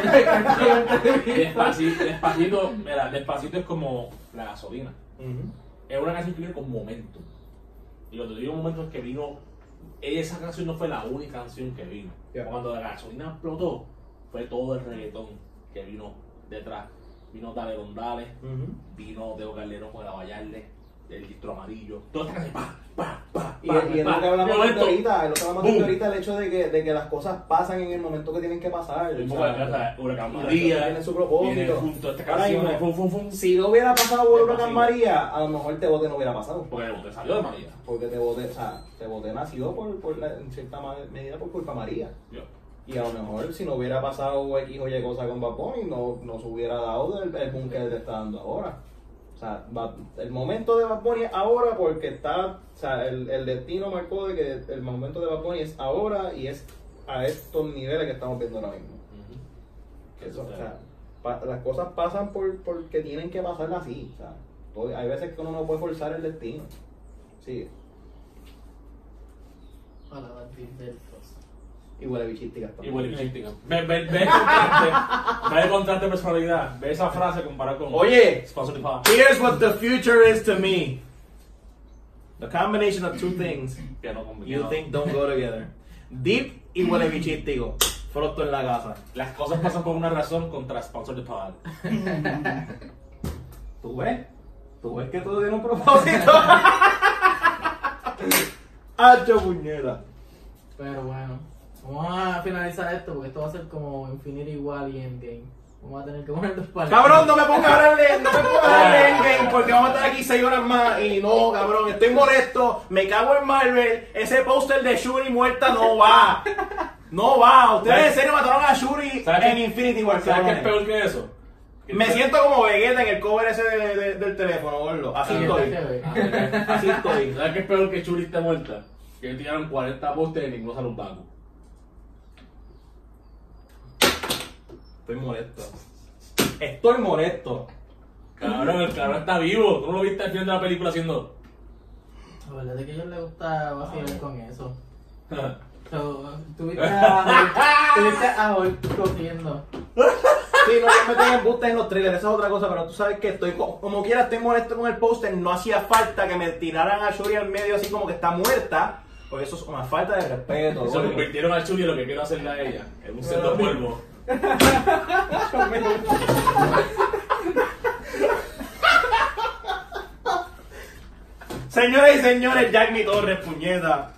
Despacito, mira, Despacito es como la gasolina. Ujú. Es una canción que viene con momento. Y cuando digo momento es que vino. Esa canción no fue la única canción que vino. Yeah. Cuando la gasolina explotó, fue todo el reggaetón que vino detrás. Vino Dale Don Dale, Ujú. vino Teo Calderón con el Vallarde, el distro amarillo. Todas estas canciones, pa. Y es lo que hablamos De momento, ahorita, es lo que hablamos boom. ahorita, el hecho de que las cosas pasan en el momento que tienen que pasar. el o Huracán sea, Huracán y las María, cosas tienen su propósito. viene junto a esta Ahora canción, mismo, fum. si no hubiera pasado por Huracán Despacito. María, a lo mejor te bote no hubiera pasado. Porque el bote salió de María. Porque te bote nació en cierta medida por culpa de María. Yo. Y a lo mejor si no hubiera pasado X o Y cosa con Bad Bunny, no se hubiera dado el boom que le está dando ahora. O sea, el momento de Bad Bunny es ahora porque está, o sea, el destino marcó de que el momento de Bad Bunny es ahora y es a estos niveles que estamos viendo ahora mismo. Eso, o sea, las cosas pasan porque tienen que pasar así. O sea, hay veces que uno no puede forzar el destino. Sí, Para batir deltos. y huele bichística Y también. huele bichística. Ve el contraste. Ve el contraste de personalidad. Ve esa frase comparada con. Oye, Sponsored by. here's what the future is to me. The combination of two things Piano you combinado. think don't go together. Deep y huele bichístico. Froto en la casa. Las cosas pasan por una razón contra Sponsored Pod. ¿Tú ves? ¿Tú ves que todo tiene un propósito? ¡Hacho puñeta! Pero bueno, vamos a finalizar esto porque esto va a ser como Infinity War y Endgame. Vamos a tener que poner 2 partes. Cabrón, no me pongas a hablar de Endgame porque vamos a estar aquí 6 horas más y no, cabrón, estoy molesto, me cago en Marvel, ese póster de Shuri muerta no va. No va, ustedes en serio mataron a Shuri ¿Sabes en qué? Infinity War. ¿Sabes qué es cabrones. peor que eso? Me siento como Vegeta en el cover ese del teléfono, gordo. Así Sí, estoy. está chévere. Así estoy. ¿Sabes qué es peor que Churi esté muerta? Que tiraron 40 postes y ninguno sale un vago. Estoy molesto. Estoy molesto. Cabrón, el cabrón está vivo. ¿Tú no lo viste al final de la película haciendo? La verdad es que a ellos les gusta vacilar con eso. So, tuviste a Hulk cogiendo. Sí, no, yo me tengo embustes en los trailers, esa es otra cosa, pero tú sabes que estoy, como quiera, estoy molesto con el póster, no hacía falta que me tiraran a Shuri al medio así como que está muerta, porque eso es una falta de respeto. Se gordo. convirtieron a Churi en lo que quiero hacerle a ella. En un cerdo polvo. Señoras y señores, Jack Mi Torres, puñeta.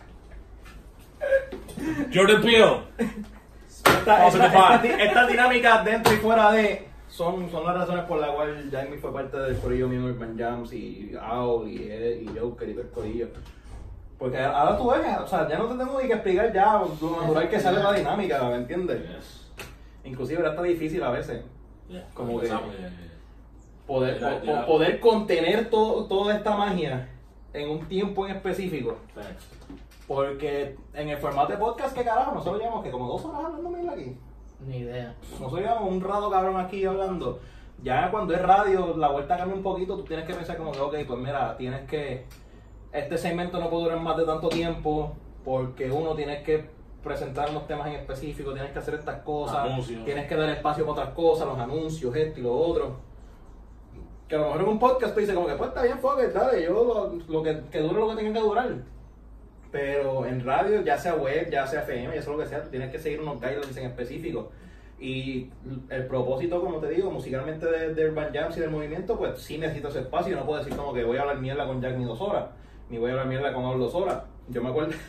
Jordan Peele. Esta dinámica dentro y fuera de son las razones por las cuales Jamie fue parte del corillo mío en Urban Jams y Owl y Ed y Joker y todo el corillo. Porque ahora tú ves, o sea, ya no te tengo ni que explicar ya lo natural que sale la dinámica, ¿me entiendes? Yes. Inclusive ahora está difícil a veces. Yeah. Como que Empezamos, poder contener toda esta magia en un tiempo en específico. Facts. Porque en el formato de podcast, ¿qué carajo? Nosotros llevamos que como 2 horas hablando mierda aquí. Ni idea. Nosotros llevamos un rato cabrón aquí hablando. Ya cuando es radio, la vuelta cambia un poquito, tú tienes que pensar como que, ok, pues mira, tienes que... Este segmento no puede durar más de tanto tiempo porque uno tienes que presentar unos temas en específico, tienes que hacer estas cosas, Anuncios. tienes que dar espacio para otras cosas, los anuncios, esto y lo otro. Que a lo mejor en un podcast tú dices como que pues está bien, fuck it, dale, yo lo que dure lo que tenga que durar. Pero en radio, ya sea web, ya sea FM, ya sea lo que sea, tú tienes que seguir unos guidelines en específico. Y el propósito, como te digo, musicalmente de Urban Jams y del movimiento, pues sí necesito ese espacio. No puedo decir como que voy a hablar mierda con Jack ni 2 horas, ni voy a hablar mierda con Aul 2 horas. Yo me acuerdo,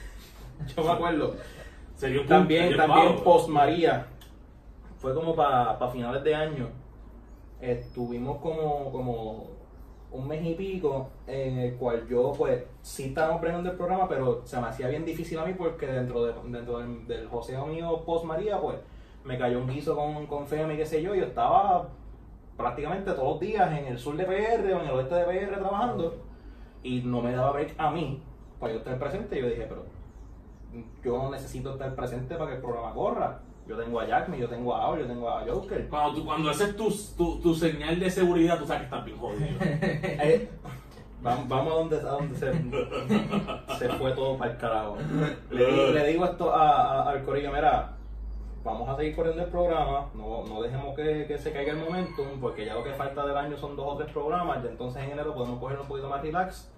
Sería un también pavo. post María, fue como para finales de año. Estuvimos como un mes y pico en el cual yo pues sí estábamos aprendiendo el programa, pero se me hacía bien difícil a mí porque dentro del joseo mío post María pues me cayó un guiso con Femi, qué sé yo estaba prácticamente todos los días en el sur de PR o en el oeste de PR trabajando y no me daba break a mí para yo estar presente. Yo dije, pero yo no necesito estar presente para que el programa corra. Yo tengo a Jackme, yo tengo a Aul, yo tengo a Joker. Cuando haces tu señal de seguridad, tú sabes que estás bien jodido. Vamos a donde se fue todo para el carajo. Le digo esto al corillo, mira, vamos a seguir corriendo el programa, no dejemos que se caiga el momentum, porque ya lo que falta del año son 2 o 3 programas, ya entonces en enero podemos cogerlo un poquito más relax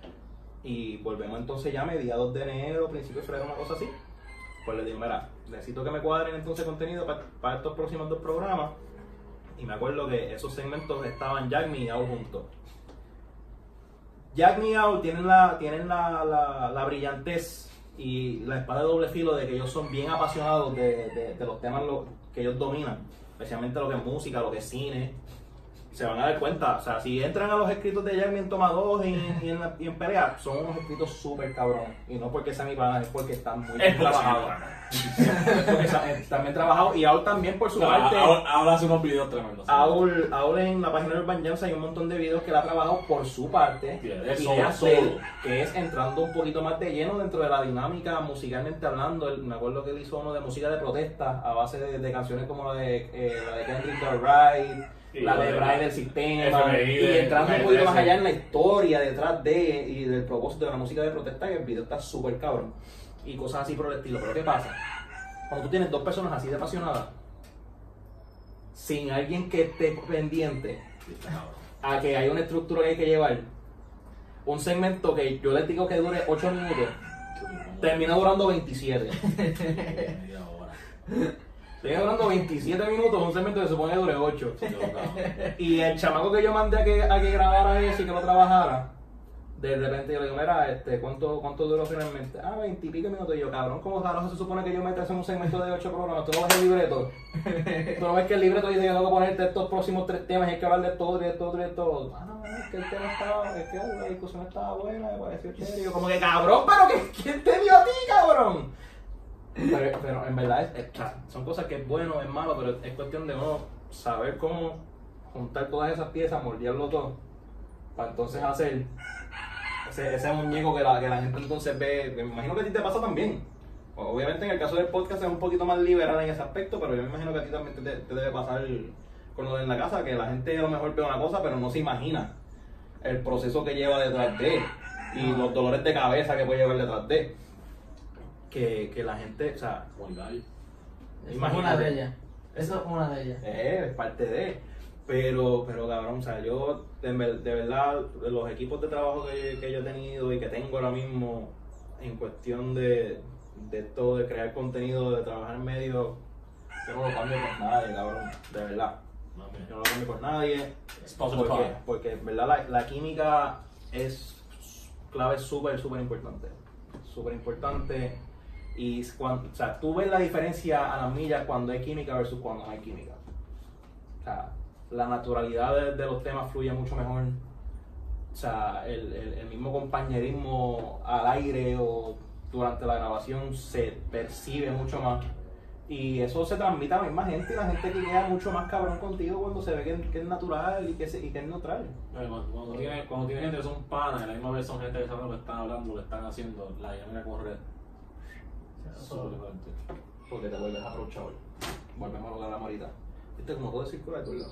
y volvemos entonces ya a mediados de enero, principios de febrero, una cosa así. Pues le digo, mira, necesito que me cuadren entonces contenido para estos próximos 2 programas. Y me acuerdo que esos segmentos estaban Jackme y Aul juntos. Jackme y Aul tienen la brillantez y la espada de doble filo de que ellos son bien apasionados de los temas que ellos dominan, especialmente lo que es música, lo que es cine. Se van a dar cuenta, o sea, si entran a los escritos de Jackme en Toma 2 y en Pelea, son unos escritos súper cabrones. Y no porque sean mi pana, es porque están muy bien trabajados. Porque están bien trabajados. Y Aul también, por su parte. Ahora hace unos videos tremendos. Aul en la página de Urban Jams hay un montón de videos que él ha trabajado por su parte. Yeah, ideas solo. de él, que es entrando un poquito más de lleno dentro de la dinámica musicalmente hablando. Me acuerdo que él hizo uno de música de protesta a base de canciones como la de Kendrick Lamar, la de Brian del Sistema, FBI, y entrando un de poquito más allá en la historia detrás de y del propósito de la música de protesta, que el video está súper cabrón y cosas así por el estilo. Pero ¿qué pasa? Cuando tú tienes 2 personas así de apasionadas, sin alguien que esté pendiente a que hay una estructura que hay que llevar, un segmento que yo les digo que dure 8 minutos, termina durando 27. Media hora. Estoy hablando 27 minutos, un segmento que se supone que dure 8. Y el chamaco que yo mandé a que grabara eso y que lo trabajara, de repente yo le digo, mira, ¿cuánto duró finalmente? 20 y pico minutos. Y yo, cabrón, ¿cómo carajo se supone que yo meta en un segmento de 8 programas? ¿Tú no ves el libreto? ¿Tú no ves que el libreto dice que tengo que ponerte estos próximos 3 temas y hay que hablar de todo y de todo y de todo? No, es que el tema estaba, es que la discusión estaba buena, me pareció chévere. Y yo, como que, cabrón, pero ¿quién te dio a ti, cabrón? Pero en verdad son cosas que es bueno, es malo, pero es cuestión de uno saber cómo juntar todas esas piezas, moldearlo todo, para entonces hacer ese muñeco que la gente entonces ve. Me imagino que a ti te pasa también. Obviamente en el caso del podcast es un poquito más liberal en ese aspecto, pero yo me imagino que a ti también te debe pasar con lo de en la casa, que la gente a lo mejor ve una cosa pero no se imagina el proceso que lleva detrás de y los dolores de cabeza que puede llevar detrás de. Que la gente, o sea, Esa es una de ellas. Eso es una de ellas. Es parte de. Pero cabrón, o sea, yo de verdad, los equipos de trabajo que yo he tenido y que tengo ahora mismo en cuestión de esto de crear contenido, de trabajar en medio, yo no lo cambio por nadie, cabrón, de verdad. Yo no lo cambio por nadie. Porque en verdad la química es clave súper importante. Súper importante. Y o sea, tú ves la diferencia a las millas cuando hay química versus cuando no hay química. O sea, la naturalidad de los temas fluye mucho mejor. O sea, el mismo compañerismo al aire o durante la grabación se percibe mucho más. Y eso se transmite a la misma gente y la gente que queda mucho más cabrón contigo cuando se ve que es natural y que es neutral. Cuando tienes gente que son panas y la misma vez son gente que saben lo que están hablando, lo que están haciendo, la llaman a correr. Súper fuerte. Porque te vuelves approachable. Volvemos a lo que hablamos ahorita. Viste como todo es circular, ¿verdad?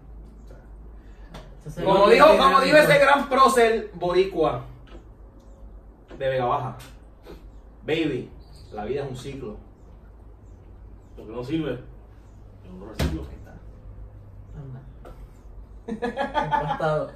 Como dijo ese gran prócer boricua de Vega Baja. Baby, la vida es un ciclo. Lo que no sirve, yo no lo reciclo. Impactado.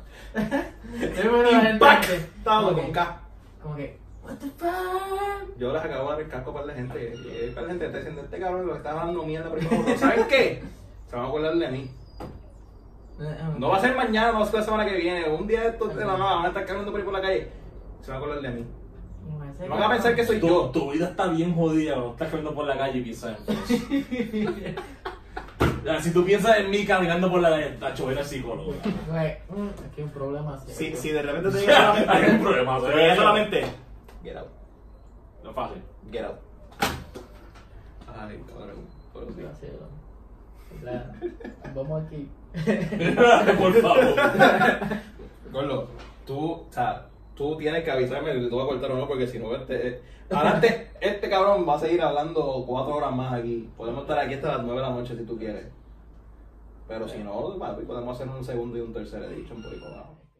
Impactado con K. Como que, what the fuck? Yo les acabo de dar el casco para la gente. Y para la gente está diciendo, este cabrón lo que está dando mierda por ahí. ¿Saben qué? Se van a acordar de mí. No va a ser mañana, no va a ser la semana que viene. Un día de estos de la nada van a estar caminando por ahí por la calle. Se van a acordar de mí. No van a pensar que soy yo. Tu vida está bien jodida cuando estás caminando por la calle y piensas en si tú piensas en mí caminando por la calle, tacho, eres psicólogo. Aquí hay un problema. Si de repente te llega Hay un problema. te llega solamente. Get out. No es fácil. Get out. Ay, cabrón. Gracias, claro. Vamos aquí. Por favor. Gordo, tú tienes que avisarme que tú vas a cortar o no, porque si no, adelante, este cabrón va a seguir hablando 4 horas más aquí. Podemos estar aquí hasta las 9 de la noche si tú quieres. Pero si no, papi, podemos hacer un segundo y un tercer edition por ahí por abajo.